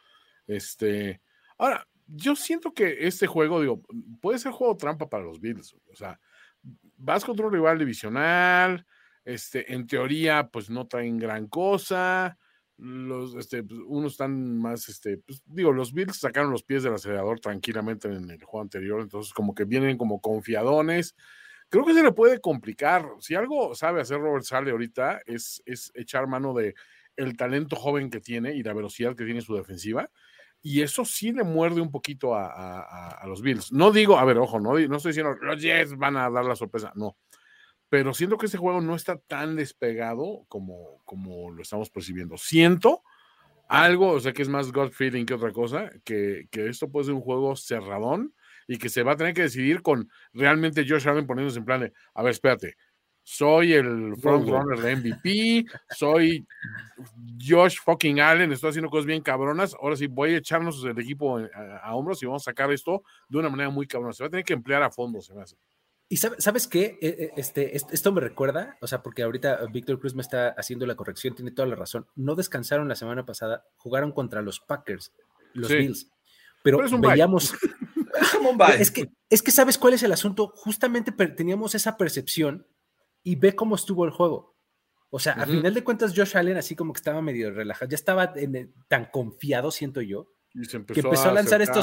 Ahora, yo siento que este juego, digo, puede ser juego trampa para los Bills. O sea, vas contra un rival divisional, en teoría, pues no traen gran cosa. Unos están más, los Bills sacaron los pies del acelerador tranquilamente en el juego anterior, entonces como que vienen como confiadones. Creo que se le puede complicar. Si algo sabe hacer Robert Saleh ahorita es echar mano de el talento joven que tiene y la velocidad que tiene su defensiva, y eso sí le muerde un poquito a los Bills. No digo, a ver, ojo, no estoy diciendo los Jets van a dar la sorpresa, no, pero siento que este juego no está tan despegado como lo estamos percibiendo. Siento algo, o sea, que es más gut feeling que otra cosa, que esto puede ser un juego cerradón y que se va a tener que decidir con realmente Josh Allen poniéndose en plan de, a ver, espérate, soy el frontrunner de MVP, soy Josh fucking Allen, estoy haciendo cosas bien cabronas, ahora sí voy a echarnos el equipo a hombros y vamos a sacar esto de una manera muy cabrona. Se va a tener que emplear a fondo, se me hace. ¿Y sabes qué? Esto me recuerda, o sea, porque ahorita Víctor Cruz me está haciendo la corrección, tiene toda la razón. No descansaron la semana pasada, jugaron contra los Packers, los Bills, pero veíamos... es que ¿sabes cuál es el asunto? Justamente teníamos esa percepción y ve cómo estuvo el juego. O sea, a final de cuentas Josh Allen así como que estaba medio relajado, ya estaba tan confiado, siento yo, que empezó a lanzar estos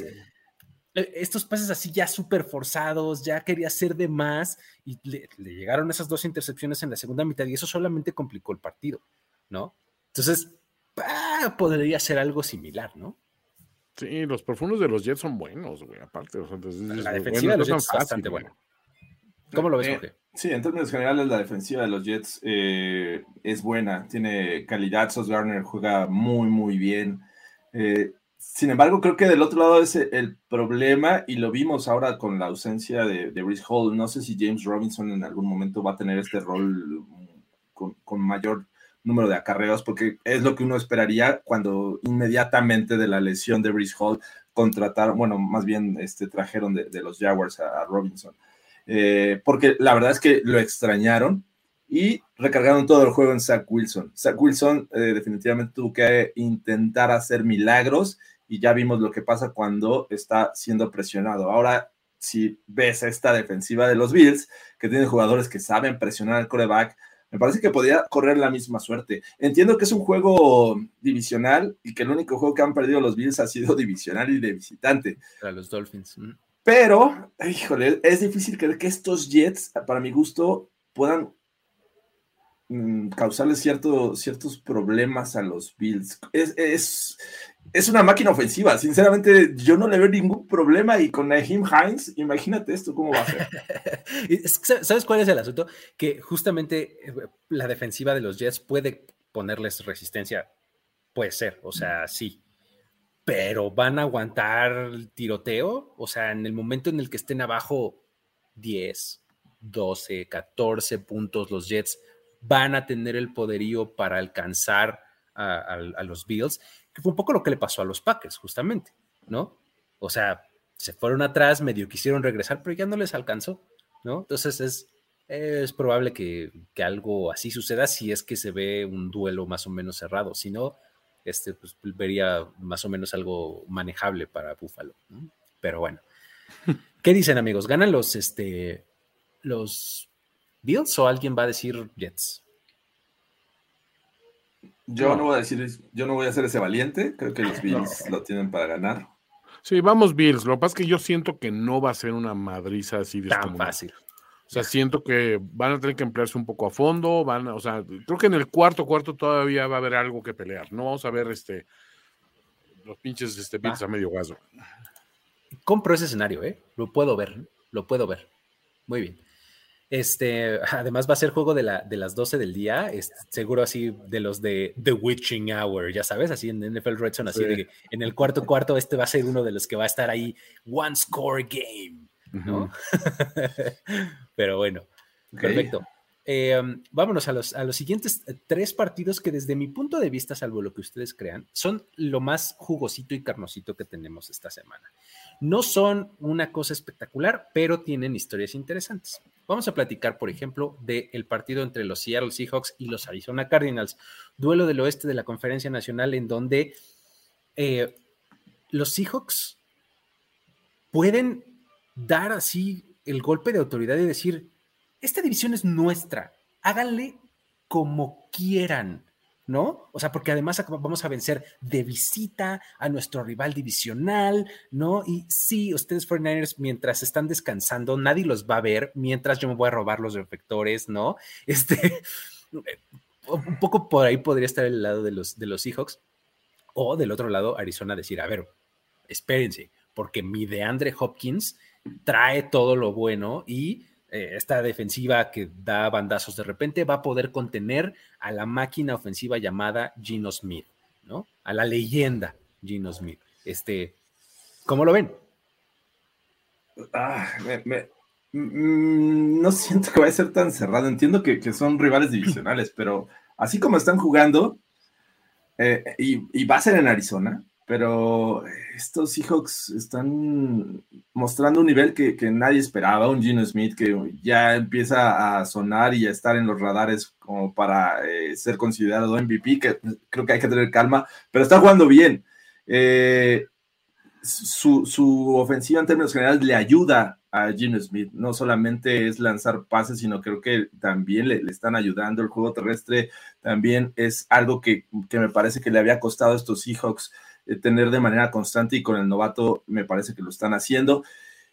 pases así ya súper forzados, ya quería hacer de más y le llegaron esas 2 intercepciones en la segunda mitad y eso solamente complicó el partido, ¿no? Entonces, podría ser algo similar, ¿no? Sí, los profundos de los Jets son buenos, güey, aparte. O sea, la defensiva de los Jets es bastante buena. ¿Cómo lo ves, Jorge? Sí, en términos generales la defensiva de los Jets es buena, tiene calidad. Sauce Gardner juega muy, muy bien. Sin embargo, creo que del otro lado es el problema, y lo vimos ahora con la ausencia de Breece Hall. No sé si James Robinson en algún momento va a tener este rol con mayor número de acarreos, porque es lo que uno esperaría cuando inmediatamente de la lesión de Breece Hall contrataron, bueno, más bien trajeron de los Jaguars a Robinson. Porque la verdad es que lo extrañaron y recargaron todo el juego en Zach Wilson. Zach Wilson definitivamente tuvo que intentar hacer milagros y ya vimos lo que pasa cuando está siendo presionado. Ahora, si ves esta defensiva de los Bills, que tienen jugadores que saben presionar al quarterback, me parece que podría correr la misma suerte. Entiendo que es un juego divisional y que el único juego que han perdido los Bills ha sido divisional y de visitante. Para los Dolphins. Pero, híjole, es difícil creer que estos Jets, para mi gusto, puedan causarles ciertos problemas a los Bills. Es una máquina ofensiva. Sinceramente, yo no le veo ningún problema, y con Nyheim Hines, imagínate esto, ¿cómo va a ser? ¿Sabes cuál es el asunto? Que justamente la defensiva de los Jets puede ponerles resistencia. Puede ser, o sea, sí. Pero van a aguantar el tiroteo, o sea, en el momento en el que estén abajo 10, 12, 14 puntos, los Jets van a tener el poderío para alcanzar a los Bills, que fue un poco lo que le pasó a los Packers, justamente, ¿no? O sea, se fueron atrás, medio quisieron regresar, pero ya no les alcanzó, ¿no? Entonces es probable que algo así suceda si es que se ve un duelo más o menos cerrado, si no, pues vería más o menos algo manejable para Buffalo, ¿no? Pero bueno, ¿qué dicen, amigos? ¿Ganan los Bills o alguien va a decir Jets? Yo no voy a ser ese valiente. Creo que los Bills lo tienen para ganar. Sí, vamos Bills. Lo que pasa es que yo siento que no va a ser una madriza así tan fácil. O sea, siento que van a tener que emplearse un poco a fondo. O sea, creo que en el cuarto todavía va a haber algo que pelear. No vamos a ver los pinches Bills a medio gaso. Compro ese escenario, Lo puedo ver. Muy bien. Además va a ser juego de las 12 del día, seguro así de los de The Witching Hour, ya sabes, así en NFL Red Zone, así de que en el cuarto va a ser uno de los que va a estar ahí, one score game, ¿no? Pero bueno, perfecto. Vámonos a los siguientes 3 partidos que desde mi punto de vista, salvo lo que ustedes crean, son lo más jugosito y carnosito que tenemos esta semana. No son una cosa espectacular, pero tienen historias interesantes. Vamos a platicar, por ejemplo, del partido entre los Seattle Seahawks y los Arizona Cardinals, duelo del oeste de la Conferencia Nacional, en donde los Seahawks pueden dar así el golpe de autoridad y decir, esta división es nuestra, háganle como quieran, ¿no? O sea, porque además vamos a vencer de visita a nuestro rival divisional, ¿no? Y sí, ustedes 49ers, mientras están descansando, nadie los va a ver, mientras yo me voy a robar los reflectores, ¿no? Un poco por ahí podría estar el lado de los Seahawks, o del otro lado, Arizona decir, a ver, espérense, porque mi DeAndre Hopkins trae todo lo bueno y esta defensiva que da bandazos de repente va a poder contener a la máquina ofensiva llamada Geno Smith, ¿no? A la leyenda Geno Smith. ¿Cómo lo ven? No siento que vaya a ser tan cerrado. Entiendo que son rivales divisionales, pero así como están jugando, y va a ser en Arizona, pero estos Seahawks están mostrando un nivel que nadie esperaba, un Geno Smith que ya empieza a sonar y a estar en los radares como para ser considerado MVP, que creo que hay que tener calma, pero está jugando bien. Su ofensiva en términos generales le ayuda a Geno Smith, no solamente es lanzar pases, sino creo que también le están ayudando. El juego terrestre también es algo que me parece que le había costado a estos Seahawks tener de manera constante, y con el novato me parece que lo están haciendo.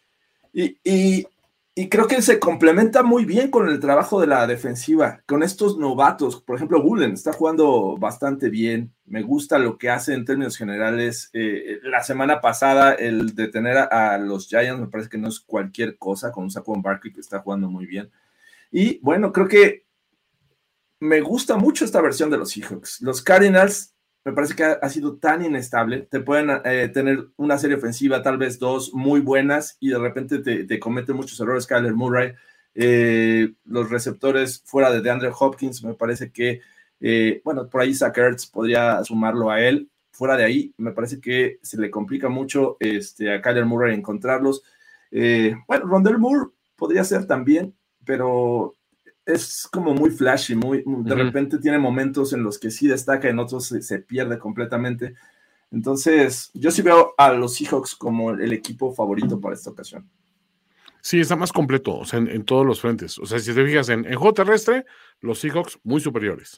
Y creo que se complementa muy bien con el trabajo de la defensiva, con estos novatos. Por ejemplo, Bullen está jugando bastante bien. Me gusta lo que hace en términos generales. La semana pasada, el detener a los Giants me parece que no es cualquier cosa, con un Saquon Barkley que está jugando muy bien. Y bueno, creo que me gusta mucho esta versión de los Seahawks. Los Cardinals me parece que ha sido tan inestable. Te pueden tener una serie ofensiva, tal vez dos, muy buenas, y de repente te cometen muchos errores. Kyler Murray, los receptores fuera de DeAndre Hopkins, me parece que, bueno, por ahí Zach Ertz podría sumarlo a él. Fuera de ahí, me parece que se le complica mucho a Kyler Murray encontrarlos. Bueno, Rondale Moore podría ser también, pero es como muy flashy, de repente tiene momentos en los que sí destaca, en otros se pierde completamente. Entonces, yo sí veo a los Seahawks como el equipo favorito para esta ocasión. Sí, está más completo, o sea, en todos los frentes. O sea, si te fijas en juego terrestre, los Seahawks muy superiores.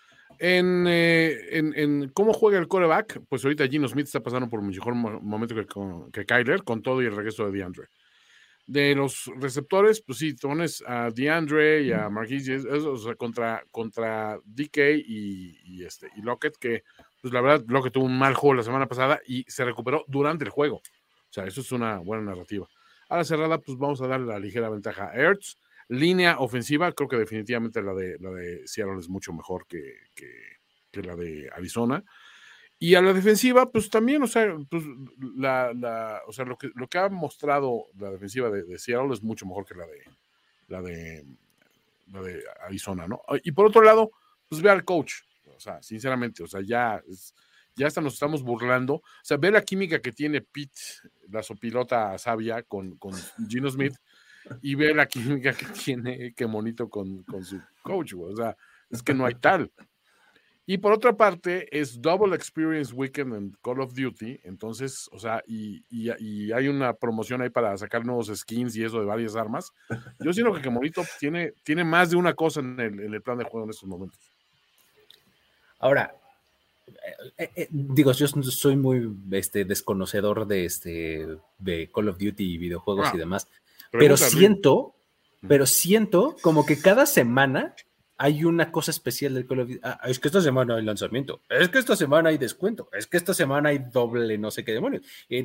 En cómo juega el quarterback, pues ahorita Geno Smith está pasando por un mejor momento que Kyler, con todo y el regreso de DeAndre. De los receptores, pues sí, te pones a DeAndre y a Marquise, o sea, contra DK y Lockett, que pues la verdad Lockett tuvo un mal juego la semana pasada y se recuperó durante el juego. O sea, eso es una buena narrativa. A la cerrada, pues vamos a darle la ligera ventaja a Ertz. Línea ofensiva, creo que definitivamente la de Seattle es mucho mejor que la de Arizona. Y a la defensiva, pues también, o sea, pues o sea, lo que ha mostrado la defensiva de Seattle es mucho mejor que la de Arizona, ¿no? Y por otro lado, pues ve al coach, o sea, sinceramente, o sea, ya hasta nos estamos burlando. O sea, ve la química que tiene Pete, la sopilota sabia, con Geno Smith, y ve la química que tiene Monito con su coach, o sea, es que no hay tal. Y por otra parte, es Double Experience Weekend en Call of Duty, entonces, o sea, y hay una promoción ahí para sacar nuevos skins y eso de varias armas. Yo siento que Monito tiene más de una cosa en el plan de juego en estos momentos. Ahora, digo, yo soy muy desconocedor de Call of Duty y videojuegos y demás, pero siento como que cada semana hay una cosa especial del Call of Duty. Es que esta semana hay lanzamiento, es que esta semana hay descuento, es que esta semana hay doble no sé qué demonios.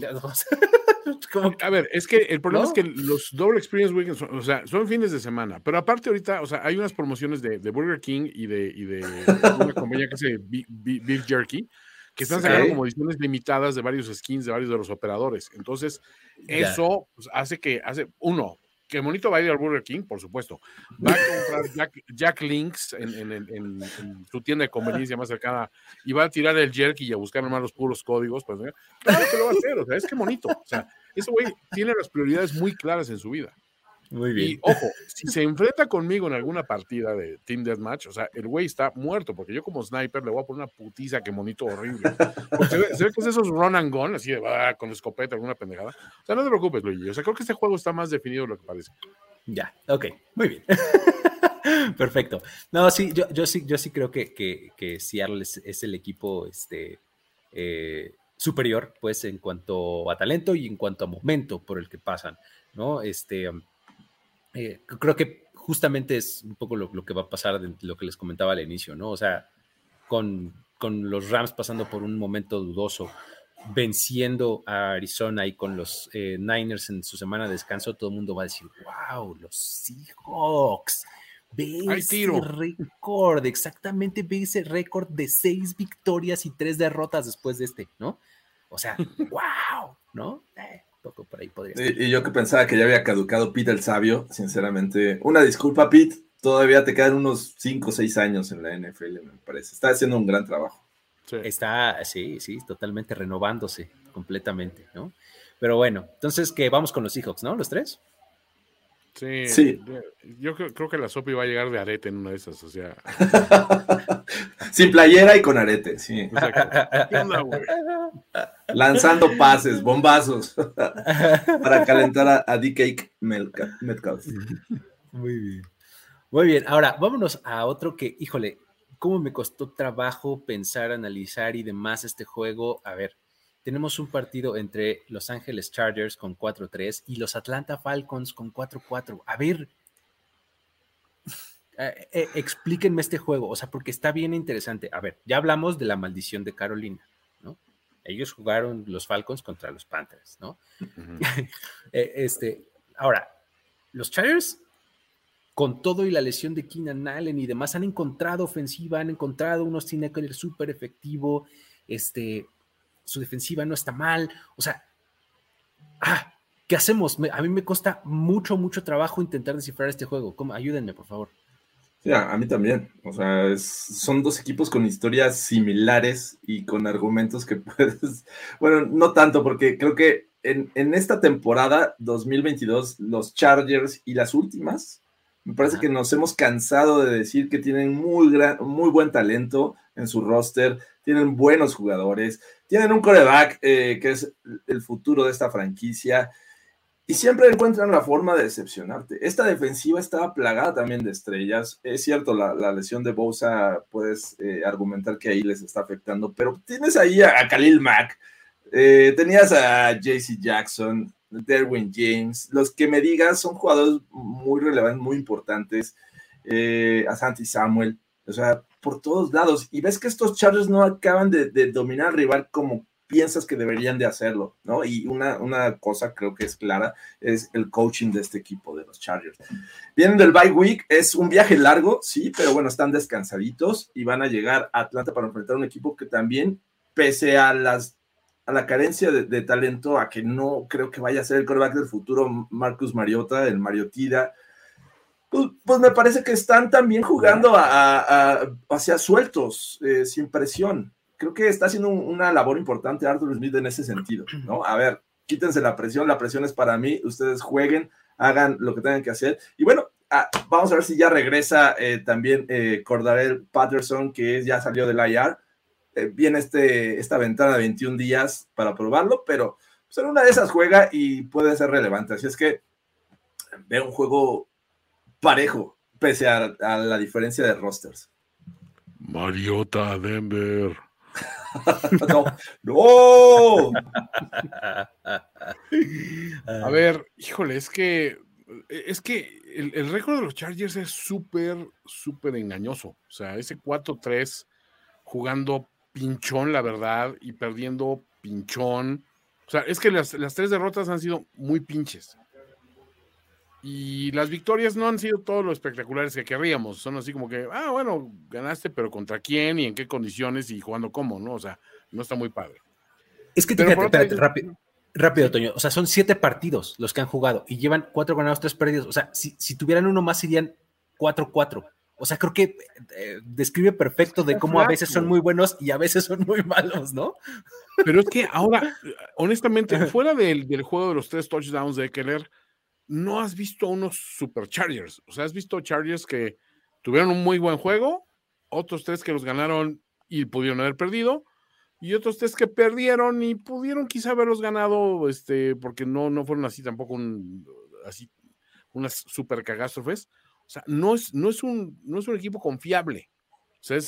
A ver, es que el problema es que los Double Experience Weekends son fines de semana, pero aparte ahorita, o sea, hay unas promociones de Burger King y de una compañía que hace Beef Jerky, que están sacando como ediciones limitadas de varios skins de varios de los operadores. Entonces, eso pues, hace que Monito va a ir al Burger King, por supuesto. Va a comprar Jack Links en su tienda de conveniencia más cercana y va a tirar el jerky y a buscar nomás los puros códigos. Pues, claro que lo va a hacer, o sea, es que Monito. O sea, ese güey tiene las prioridades muy claras en su vida. Muy bien. Y ojo, si se enfrenta conmigo en alguna partida de Team Deathmatch, o sea, el güey está muerto, porque yo como sniper le voy a poner una putiza que monito horrible. Porque se ve que es esos run and gun, así de con escopeta, alguna pendejada. O sea, no te preocupes, Luigi. O sea, creo que este juego está más definido de lo que parece. Ya, ok, muy bien. Perfecto. No, sí, yo sí creo que Seattle es el equipo superior, pues, en cuanto a talento y en cuanto a momento por el que pasan, ¿no? Creo que justamente es un poco lo que va a pasar de lo que les comentaba al inicio, ¿no? O sea, con los Rams pasando por un momento dudoso, venciendo a Arizona y con los Niners en su semana de descanso, todo el mundo va a decir, wow, los Seahawks, ve ese récord, exactamente, ve ese récord de 6 victorias y 3 derrotas después de ¿no? O sea, wow, ¿no? Poco por ahí podría ser. Y yo que pensaba que ya había caducado Pete el Sabio, sinceramente, una disculpa, Pete, todavía te quedan unos 5 o 6 años en la NFL, me parece. Está haciendo un gran trabajo. Sí. Está, sí, totalmente renovándose completamente, ¿no? Pero bueno, entonces que vamos con los Seahawks, ¿no? ¿Los 3? Sí. Yo creo que la Sopi va a llegar de arete en una de esas, o sea. Sin playera y con arete, sí. Exacto. ¿Qué onda, güey? Lanzando pases, bombazos, para calentar a DK Metcalf. Muy bien. Muy bien, ahora vámonos a otro que, híjole, cómo me costó trabajo pensar, analizar y demás este juego. A ver, tenemos un partido entre Los Ángeles Chargers con 4-3 y los Atlanta Falcons con 4-4. A ver, explíquenme este juego, o sea, porque está bien interesante. A ver, ya hablamos de la maldición de Carolina, ¿no? Ellos jugaron los Falcons contra los Panthers, ¿no? Uh-huh. Ahora, los Chargers, con todo y la lesión de Keenan Allen y demás, han encontrado ofensiva, han encontrado unos Eckler súper efectivo, su defensiva no está mal, o sea, ¿qué hacemos? A mí me cuesta mucho trabajo intentar descifrar este juego. Ayúdenme, por favor. Sí, a mí también. O sea, son dos equipos con historias similares y con argumentos que puedes... Bueno, no tanto, porque creo que en esta temporada 2022, los Chargers y las últimas, me parece que nos hemos cansado de decir que tienen muy buen talento en su roster, tienen buenos jugadores, tienen un quarterback que es el futuro de esta franquicia, y siempre encuentran la forma de decepcionarte. Esta defensiva estaba plagada también de estrellas. Es cierto, la lesión de Bosa, puedes argumentar que ahí les está afectando, pero tienes ahí a Khalil Mack, tenías a JC Jackson, Derwin James, los que me digas son jugadores muy relevantes, muy importantes, a Santi Samuel, o sea, por todos lados, y ves que estos Chargers no acaban de dominar al rival como piensas que deberían de hacerlo, ¿no? Y una cosa creo que es clara, es el coaching de este equipo de los Chargers. Vienen del bye week, es un viaje largo, sí, pero bueno, están descansaditos y van a llegar a Atlanta para enfrentar un equipo que también, pese a la carencia de talento, a que no creo que vaya a ser el quarterback del futuro, Marcus Mariota, el Mariotida, pues me parece que están también jugando hacia sueltos, sin presión. Creo que está haciendo una labor importante Arthur Smith en ese sentido, ¿no? A ver, quítense la presión es para mí, ustedes jueguen, hagan lo que tengan que hacer, y bueno, vamos a ver si ya regresa también Cordarrelle Patterson, que ya salió del IR, viene esta ventana de 21 días para probarlo, pero pues en una de esas juega y puede ser relevante, así es que veo un juego parejo, pese a la diferencia de rosters. Mariota, Denver. ¡No! A ver, híjole, es que el récord de los Chargers es súper engañoso. O sea, ese 4-3 jugando pinchón, la verdad, y perdiendo pinchón. O sea, es que las 3 derrotas han sido muy pinches. Y las victorias no han sido todo lo espectaculares que querríamos. Son así como que, bueno, ganaste, pero ¿contra quién y en qué condiciones y jugando cómo, no? O sea, no está muy padre. Es que espérate, rápido, Toño. O sea, son 7 partidos los que han jugado y llevan 4 ganados, 3 perdidos. O sea, si tuvieran uno más serían 4-4. O sea, creo que describe perfecto de cómo a veces son muy buenos y a veces son muy malos, ¿no? Pero es que ahora, honestamente, fuera del juego de los 3 touchdowns de Eckler, no has visto unos Superchargers. O sea, has visto Chargers que tuvieron un muy buen juego, otros 3 que los ganaron y pudieron haber perdido, y otros 3 que perdieron y pudieron quizá haberlos ganado, porque no fueron así tampoco unas super catástrofes. O sea, no es un equipo confiable. O sea,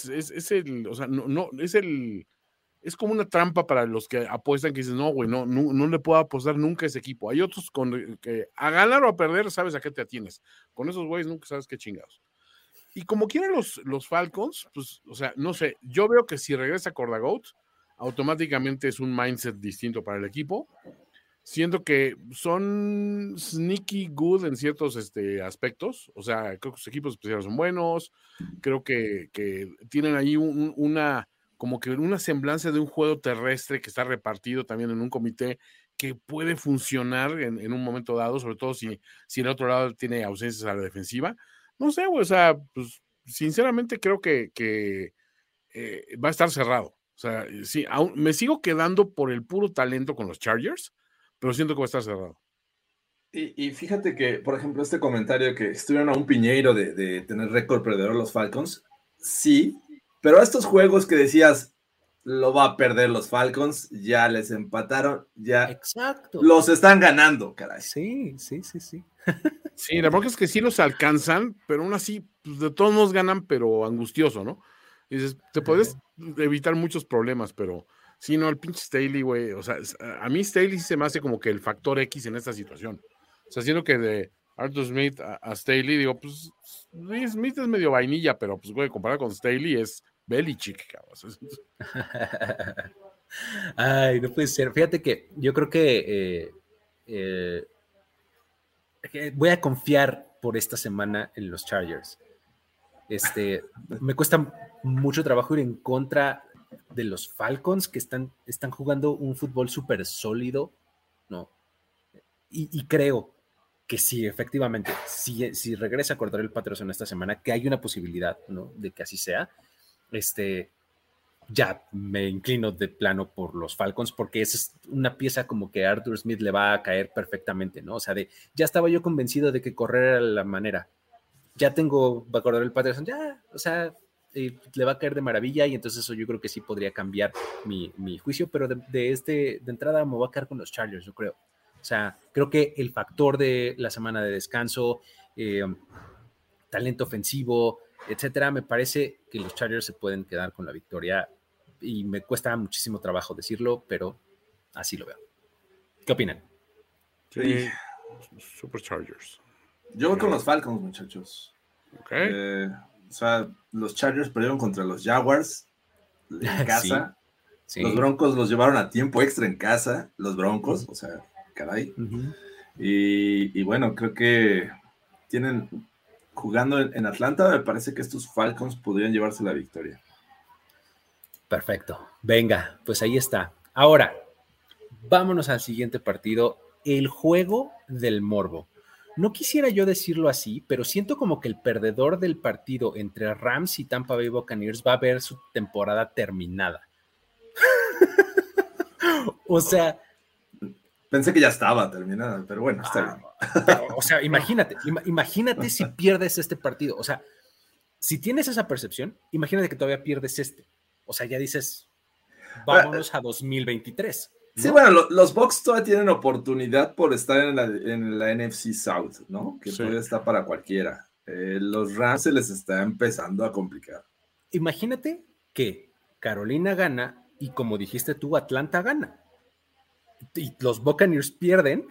es como una trampa para los que apuestan, que dicen, no, güey, no le puedo apostar nunca a ese equipo. Hay otros que a ganar o a perder sabes a qué te atienes. Con esos güeyes nunca sabes qué chingados. Y como quieren los Falcons, pues, o sea, no sé, yo veo que si regresa Cordagout, automáticamente es un mindset distinto para el equipo. Siento que son sneaky good en ciertos aspectos. O sea, creo que sus equipos especiales son buenos. Creo que tienen ahí como que una semblanza de un juego terrestre que está repartido también en un comité que puede funcionar en un momento dado, sobre todo si el otro lado tiene ausencias a la defensiva. No sé, güey, o sea, pues sinceramente creo que va a estar cerrado. O sea, sí, me sigo quedando por el puro talento con los Chargers, pero siento que va a estar cerrado. Y fíjate que, por ejemplo, este comentario que estuvieron a un piñeiro de tener récord perdedor los Falcons, sí, pero estos juegos que decías, lo va a perder los Falcons, ya les empataron, ya Exacto. Los están ganando, caray. Sí. Sí, la verdad es que sí los alcanzan, pero aún así, pues, de todos modos ganan, pero angustioso, ¿no? Y dices, te puedes evitar muchos problemas, pero sí, no, el pinche Staley, güey, o sea, a mí Staley se me hace como que el factor X en esta situación. O sea, siento que de Arthur Smith a Staley, digo, pues Smith es medio vainilla, pero pues, güey, comparado con Staley es Belichick, cabrón. Ay, no puede ser. Fíjate que yo creo que voy a confiar por esta semana en los Chargers. Me cuesta mucho trabajo ir en contra de los Falcons, que están jugando un fútbol súper sólido, ¿no? Y creo que sí, efectivamente, si regresa a Cordarrelle Patterson esta semana, que hay una posibilidad, ¿no?, de que así sea, ya me inclino de plano por los Falcons, porque esa es una pieza como que a Arthur Smith le va a caer perfectamente, ¿no? O sea, ya estaba yo convencido de que correr era la manera. Ya tengo, va a acordar el Patterson, ya, o sea, le va a caer de maravilla, y entonces eso yo creo que sí podría cambiar mi juicio, pero de entrada me voy a quedar con los Chargers, yo creo. O sea, creo que el factor de la semana de descanso, talento ofensivo, etcétera, me parece que los Chargers se pueden quedar con la victoria, y me cuesta muchísimo trabajo decirlo, pero así lo veo. ¿Qué opinan? Sí, Superchargers. Yo voy con los Falcons, muchachos. Okay. O sea, los Chargers perdieron contra los Jaguars en casa. Sí. Los Broncos los llevaron a tiempo extra en casa, los Broncos, o sea, caray. Uh-huh. Y bueno, creo que tienen, jugando en Atlanta, me parece que estos Falcons podrían llevarse la victoria. Perfecto. Venga, pues ahí está. Ahora, vámonos al siguiente partido, el juego del morbo. No quisiera yo decirlo así, pero siento como que el perdedor del partido entre Rams y Tampa Bay Buccaneers va a ver su temporada terminada. O sea... Pensé que ya estaba terminada, pero bueno, está bien. Pero, o sea, imagínate si pierdes este partido. O sea, si tienes esa percepción, imagínate que todavía pierdes este. O sea, ya dices, vámonos a 2023. ¿no? Sí, bueno, los Bucs todavía tienen oportunidad por estar en la NFC South, ¿no? Que todavía está para cualquiera. Los Rams se les está empezando a complicar. Imagínate que Carolina gana y, como dijiste tú, Atlanta gana. Y los Buccaneers pierden.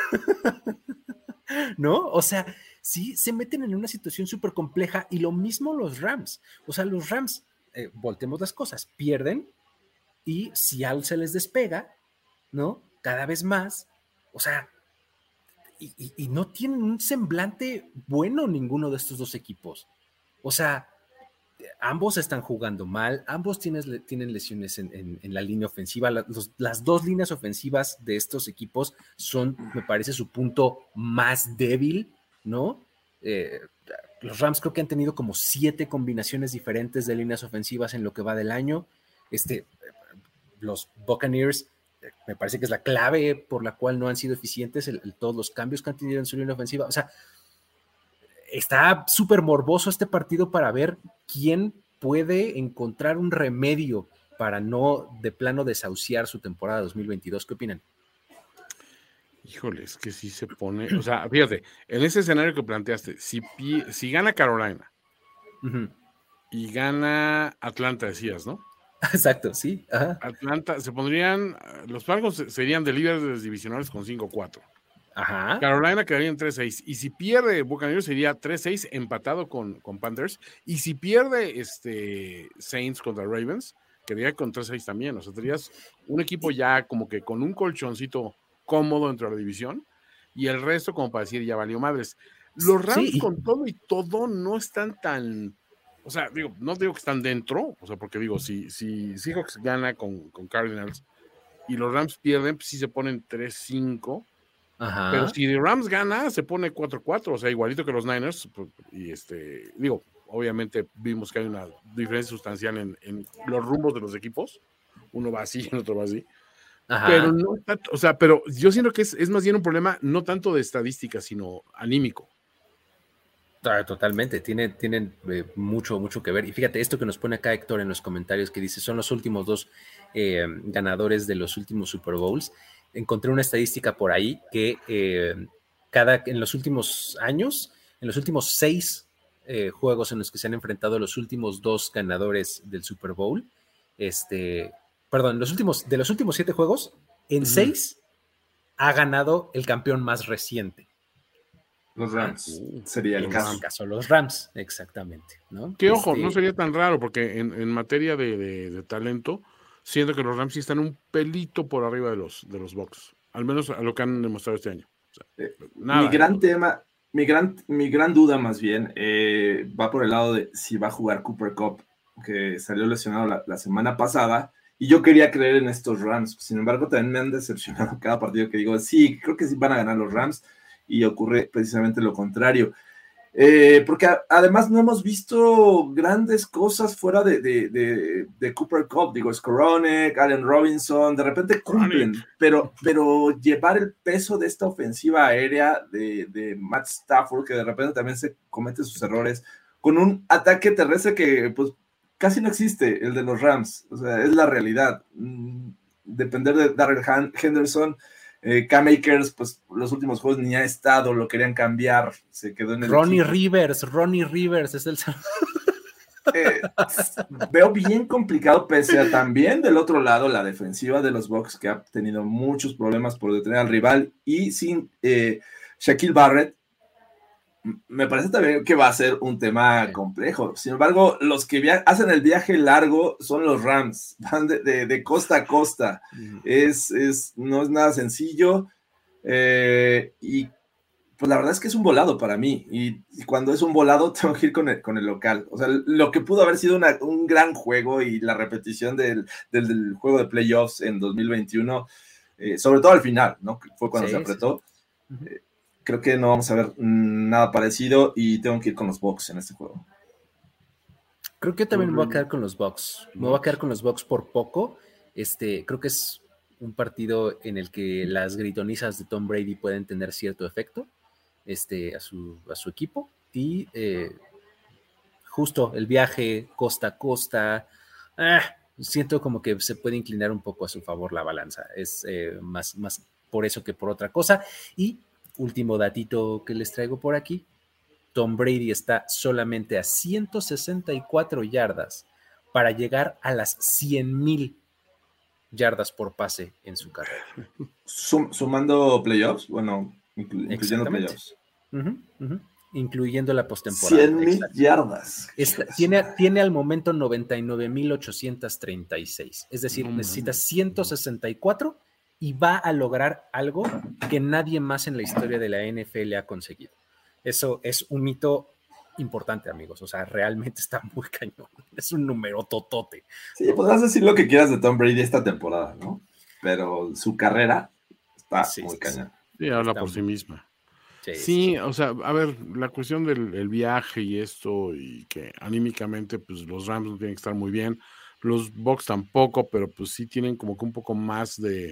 ¿No? O sea, sí se meten en una situación súper compleja, y lo mismo los Rams. O sea, los Rams, voltemos las cosas, pierden, y Seattle se les despega, ¿no? Cada vez más, o sea, y no tienen un semblante bueno ninguno de estos dos equipos. O sea, ambos están jugando mal, ambos tienen lesiones en la línea ofensiva. Las dos líneas ofensivas de estos equipos son, me parece, su punto más débil, ¿no? Los Rams creo que han tenido como 7 combinaciones diferentes de líneas ofensivas en lo que va del año. Los Buccaneers me parece que es la clave por la cual no han sido eficientes todos los cambios que han tenido en su línea ofensiva. O sea, está súper morboso este partido para ver quién puede encontrar un remedio para no de plano desahuciar su temporada 2022. ¿Qué opinan? Híjole, es que sí se pone, o sea, fíjate, en ese escenario que planteaste, si gana Carolina y gana Atlanta, decías, ¿no? Exacto, sí. Ajá. Atlanta, los Falcons serían de líderes divisionales con 5-4. Ajá. Carolina quedaría en 3-6. Y si pierde Buccaneers sería 3-6 empatado con Panthers. Y si pierde Saints contra Ravens, quedaría con 3-6 también. O sea, tendrías un equipo ya como que con un colchoncito cómodo dentro de la división. Y el resto, como para decir, ya valió madres. Los Rams con todo y todo no están tan... O sea, no digo que están dentro. O sea, porque digo, si Seahawks gana con Cardinals y los Rams pierden, pues sí se ponen 3-5. Ajá. Pero si Rams gana, se pone 4-4, o sea, igualito que los Niners. Y obviamente vimos que hay una diferencia sustancial en los rumbos de los equipos. Uno va así y el otro va así. Ajá. Pero no tanto, o sea, pero yo siento que es más bien un problema no tanto de estadística, sino anímico. Totalmente, tienen mucho que ver. Y fíjate, esto que nos pone acá Héctor en los comentarios, que dice, son los últimos dos ganadores de los últimos Super Bowls. Encontré una estadística por ahí que en los últimos años, en los últimos 6 juegos en los que se han enfrentado los últimos 2 ganadores del Super Bowl, de los últimos 7 juegos, en 6 ha ganado el campeón más reciente. Los Rams, sería el caso. En este caso, los Rams, exactamente, ¿no? Que ojo, no sería tan raro, porque en materia de talento, siento que los Rams sí están un pelito por arriba de los Bucs, al menos a lo que han demostrado este año. O sea, mi gran tema, mi gran duda más bien, va por el lado de si va a jugar Cooper Kupp, que salió lesionado la semana pasada, y yo quería creer en estos Rams. Sin embargo, también me han decepcionado cada partido que digo, sí, creo que sí van a ganar los Rams, y ocurre precisamente lo contrario. Porque además no hemos visto grandes cosas fuera de Cooper Kupp, digo, Skowronek, Allen Robinson, de repente cumplen, pero llevar el peso de esta ofensiva aérea de Matt Stafford, que de repente también se comete sus errores, con un ataque terrestre que pues casi no existe, el de los Rams, o sea, es la realidad. Depender de Darrell Henderson, Cam Akers, pues los últimos juegos ni ha estado, lo querían cambiar, se quedó en el Ronnie Rivers es el... veo bien complicado, pese a también del otro lado la defensiva de los Bucs, que ha tenido muchos problemas por detener al rival, y sin Shaquille Barrett, me parece también que va a ser un tema complejo. Sin embargo, los que hacen el viaje largo son los Rams, van de costa a costa. No es nada sencillo, y pues la verdad es que es un volado para mí, y cuando es un volado tengo que ir con el local. O sea, lo que pudo haber sido un gran juego y la repetición del juego de playoffs en 2021, sobre todo al final, ¿no? Fue cuando se apretó. Creo que no vamos a ver nada parecido y tengo que ir con los Bucs en este juego. Creo que yo también me voy a quedar con los Bucs. Me voy a quedar con los Bucs por poco. Creo que es un partido en el que las gritonizas de Tom Brady pueden tener cierto efecto a su equipo. Y justo el viaje costa a costa, siento como que se puede inclinar un poco a su favor la balanza. Es más por eso que por otra cosa. Y último datito que les traigo por aquí, Tom Brady está solamente a 164 yardas para llegar a las 100,000 yardas por pase en su carrera. Sumando playoffs, bueno, incluyendo playoffs. Incluyendo la postemporada. 100,000 yardas. Tiene al momento 99,836. Es decir, necesita 164 y va a lograr algo que nadie más en la historia de la NFL ha conseguido. Eso es un hito importante, amigos. O sea, realmente está muy cañón. Es un número totote. Sí, podrás decir lo que quieras de Tom Brady esta temporada, ¿no? Pero su carrera está muy cañón. Sí, habla por sí misma. Sí, o sea, a ver, la cuestión del viaje y esto, y que anímicamente, pues los Rams no tienen que estar muy bien. Los Bucs tampoco, pero pues sí tienen como que un poco más de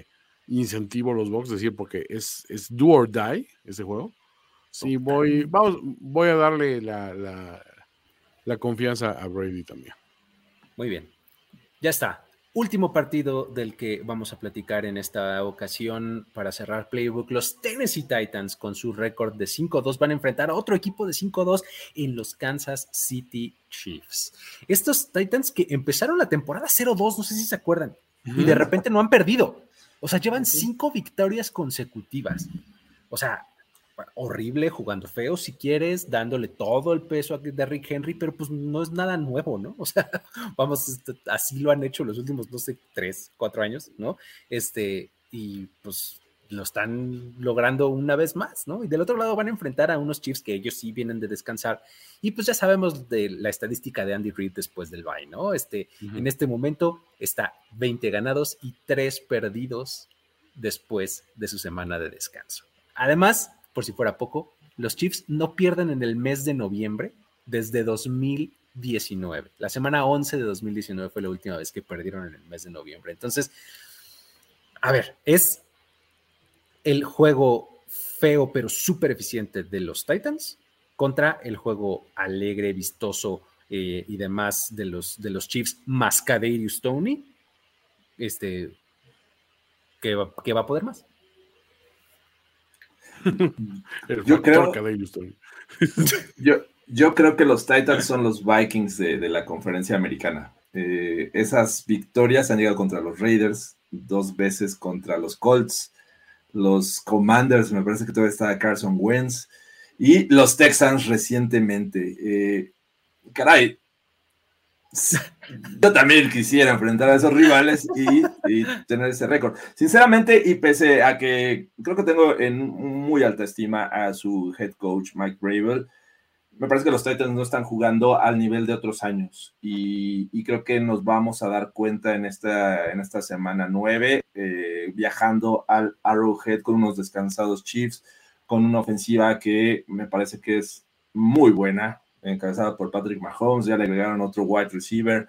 incentivo los Bucs, decir, porque es do or die ese juego. Sí, voy a darle la confianza a Brady también. Muy bien. Ya está. Último partido del que vamos a platicar en esta ocasión para cerrar Playbook. Los Tennessee Titans, con su récord de 5-2, van a enfrentar a otro equipo de 5-2 en los Kansas City Chiefs. Estos Titans que empezaron la temporada 0-2, no sé si se acuerdan, y de repente no han perdido. O sea, llevan 5 victorias consecutivas. O sea, horrible, jugando feo si quieres, dándole todo el peso a Derrick Henry, pero pues no es nada nuevo, ¿no? O sea, vamos, así lo han hecho los últimos, no sé, 3, 4 años, ¿no? Y pues lo están logrando una vez más, ¿no? Y del otro lado van a enfrentar a unos Chiefs que ellos sí vienen de descansar, y pues ya sabemos de la estadística de Andy Reid después del bye, ¿no? En este momento está 20 ganados y 3 perdidos después de su semana de descanso. Además, por si fuera poco, los Chiefs no pierden en el mes de noviembre desde 2019. La semana 11 de 2019 fue la última vez que perdieron en el mes de noviembre. Entonces, a ver, es el juego feo pero súper eficiente de los Titans contra el juego alegre, vistoso y demás de los Chiefs más Kadarius Toney, que va a poder más. Yo creo que los Titans son los Vikings de la conferencia americana. Esas victorias han llegado contra los Raiders, 2 veces contra los Colts, los Commanders, me parece que todavía está Carson Wentz, y los Texans recientemente. Caray, yo también quisiera enfrentar a esos rivales y tener ese récord. Sinceramente, y pese a que creo que tengo en muy alta estima a su head coach, Mike Vrabel, me parece que los Titans no están jugando al nivel de otros años. Y creo que nos vamos a dar cuenta en esta semana 9, viajando al Arrowhead con unos descansados Chiefs, con una ofensiva que me parece que es muy buena, encabezada por Patrick Mahomes. Ya le agregaron otro wide receiver.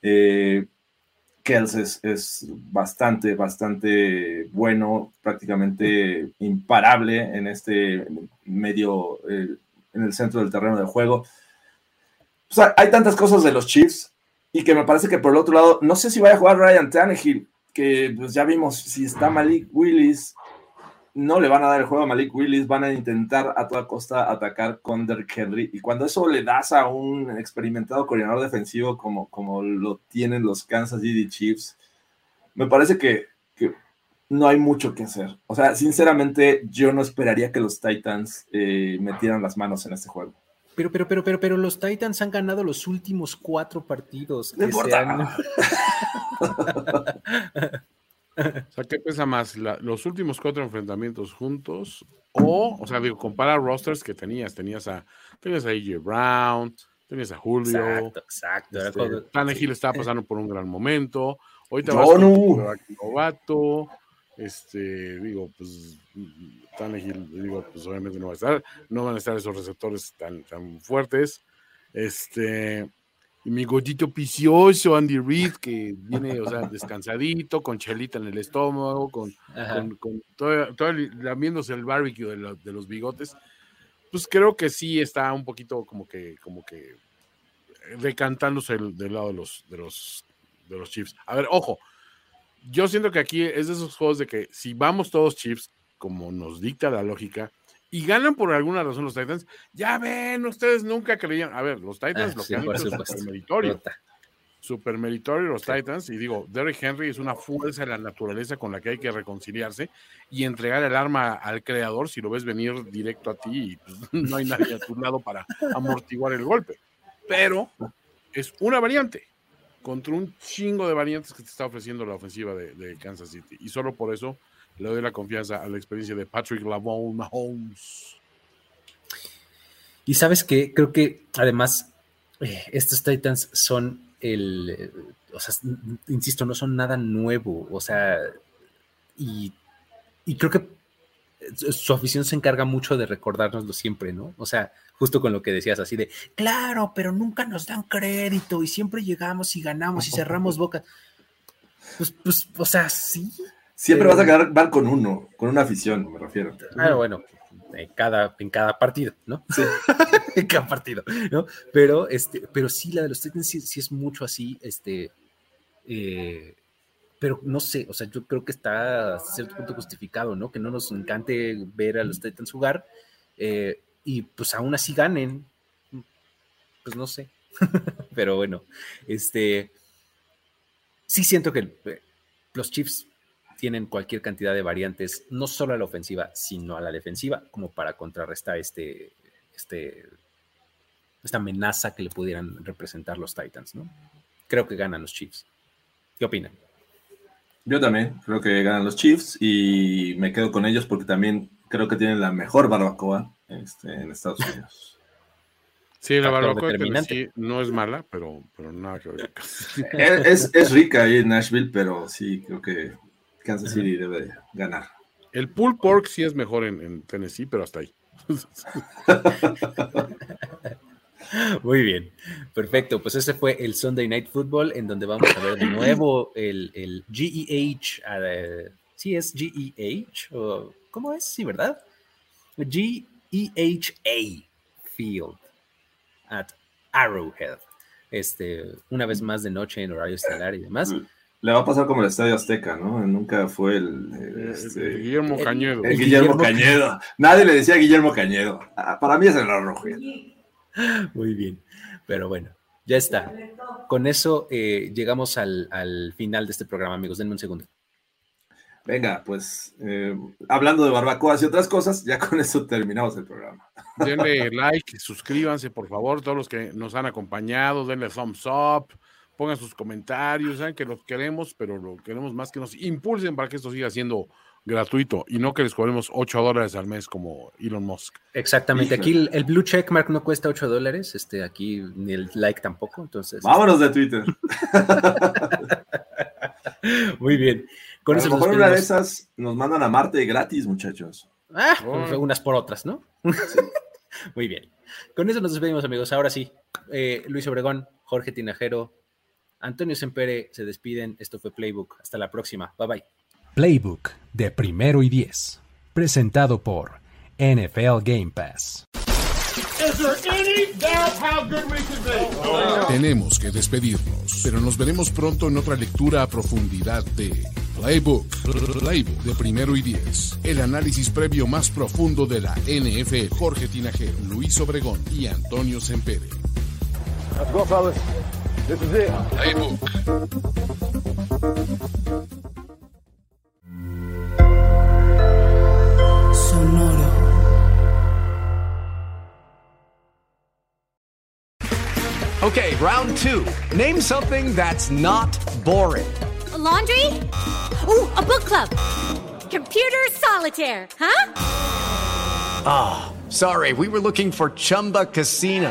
Kelce es bastante bueno, prácticamente imparable en este medio, en el centro del terreno de juego. O sea, hay tantas cosas de los Chiefs, y que me parece que por el otro lado, no sé si vaya a jugar Ryan Tannehill, que pues ya vimos, si está Malik Willis, no le van a dar el juego a Malik Willis, van a intentar a toda costa atacar con Derrick Henry, y cuando eso le das a un experimentado coordinador defensivo como lo tienen los Kansas City Chiefs, me parece que no hay mucho que hacer. O sea, sinceramente, yo no esperaría que los Titans metieran las manos en este juego. Pero los Titans han ganado los últimos 4 partidos. No importa. O sea, ¿qué pesa más? ¿Los últimos 4 enfrentamientos juntos? O sea, digo, compara rosters que tenías a A.J. Brown, tenías a Julio. Exacto. Tannehill estaba pasando por un gran momento. Ahorita Yo vas con no. un novato. Digo, pues Tannehill, digo, pues obviamente no van a estar esos receptores tan fuertes. Y mi gordito vicioso Andy Reid, que viene, o sea, descansadito, con chelita en el estómago, con todo lamiéndose el barbecue de los bigotes. Pues creo que sí está un poquito como que decantándose del lado de los Chiefs. A ver, ojo, yo siento que aquí es de esos juegos de que si vamos todos Chiefs, como nos dicta la lógica, y ganan por alguna razón los Titans, ya ven, ustedes nunca creían. A ver, los Titans lo que han hecho es super meritorio los Titans, y digo, Derrick Henry es una fuerza de la naturaleza con la que hay que reconciliarse y entregar el arma al creador si lo ves venir directo a ti y pues, no hay nadie a tu lado para amortiguar el golpe. Pero es una variante contra un chingo de variantes que te está ofreciendo la ofensiva de Kansas City, y solo por eso le doy la confianza a la experiencia de Patrick Mahomes. Y sabes qué, creo que además estos Titans son o sea, insisto, no son nada nuevo, o sea, y creo que su afición se encarga mucho de recordárnoslo siempre, ¿no? O sea, justo con lo que decías, así de, claro, pero nunca nos dan crédito y siempre llegamos y ganamos y cerramos bocas. Pues, o sea, sí, Siempre vas a quedar mal con uno, con una afición, me refiero. Bueno, en cada partido, ¿no? Sí. En cada partido, ¿no? Pero sí, la de los Titans sí es mucho así, pero no sé, o sea, yo creo que está a cierto punto justificado, ¿no? Que no nos encante ver a los Titans jugar y pues aún así ganen, pues no sé, pero bueno, sí siento que los Chiefs tienen cualquier cantidad de variantes, no solo a la ofensiva, sino a la defensiva, como para contrarrestar esta amenaza que le pudieran representar los Titans, ¿no? Creo que ganan los Chiefs. ¿Qué opinan? Yo también creo que ganan los Chiefs y me quedo con ellos porque también creo que tienen la mejor barbacoa en Estados Unidos. Sí, la barbacoa de Tennessee no es mala, pero nada que ver. Es rica ahí en Nashville, pero sí creo que Kansas City debe ganar. El pulled pork sí es mejor en Tennessee, pero hasta ahí. Muy bien, perfecto. Pues ese fue el Sunday Night Football, en donde vamos a ver de nuevo el GEH. ¿Sí es GEH? ¿O cómo es? Sí, ¿verdad? GEHA Field at Arrowhead. Una vez más de noche en horario estelar y demás. Le va a pasar como el Estadio Azteca, ¿no? Nunca fue el Guillermo Cañedo. El Guillermo Cañedo. Nadie le decía Guillermo Cañedo. Para mí es el Arrowhead. Muy bien, pero bueno, ya está. Con eso llegamos al final de este programa, amigos. Denme un segundo. Venga, pues hablando de barbacoas y otras cosas, ya con eso terminamos el programa. Denle like, suscríbanse, por favor, todos los que nos han acompañado, denle thumbs up, pongan sus comentarios, saben que los queremos, pero lo queremos más que nos impulsen para que esto siga siendo gratuito y no que les cobremos $8 al mes como Elon Musk. Exactamente, aquí el blue checkmark no cuesta $8, aquí ni el like tampoco, entonces... Vámonos de Twitter. Muy bien. Con a lo mejor una de esas nos mandan a Marte gratis, muchachos. Unas por otras, ¿no? Sí. Muy bien. Con eso nos despedimos, amigos. Ahora sí, Luis Obregón, Jorge Tinajero, Antonio Sempere se despiden. Esto fue Playbook. Hasta la próxima. Bye bye. Playbook de 1st y 10, presentado por NFL Game Pass. Tenemos que despedirnos, pero nos veremos pronto en otra lectura a profundidad de Playbook de 1st y 10. El análisis previo más profundo de la NFL. Jorge Tinajero, Luis Obregón y Antonio Sempere. Let's go, fellas. This is it. Playbook. Okay, round 2. Name something that's not boring. A laundry? Ooh, a book club. Computer solitaire, huh? Ah, sorry, we were looking for Chumba Casino.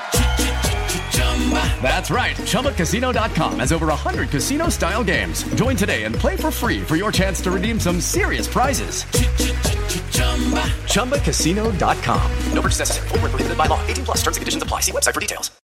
That's right, ChumbaCasino.com has over 100 casino-style games. Join today and play for free for your chance to redeem some serious prizes. ChumbaCasino.com. No purchase necessary. Void where prohibited by law. 18+ terms and conditions apply. See website for details.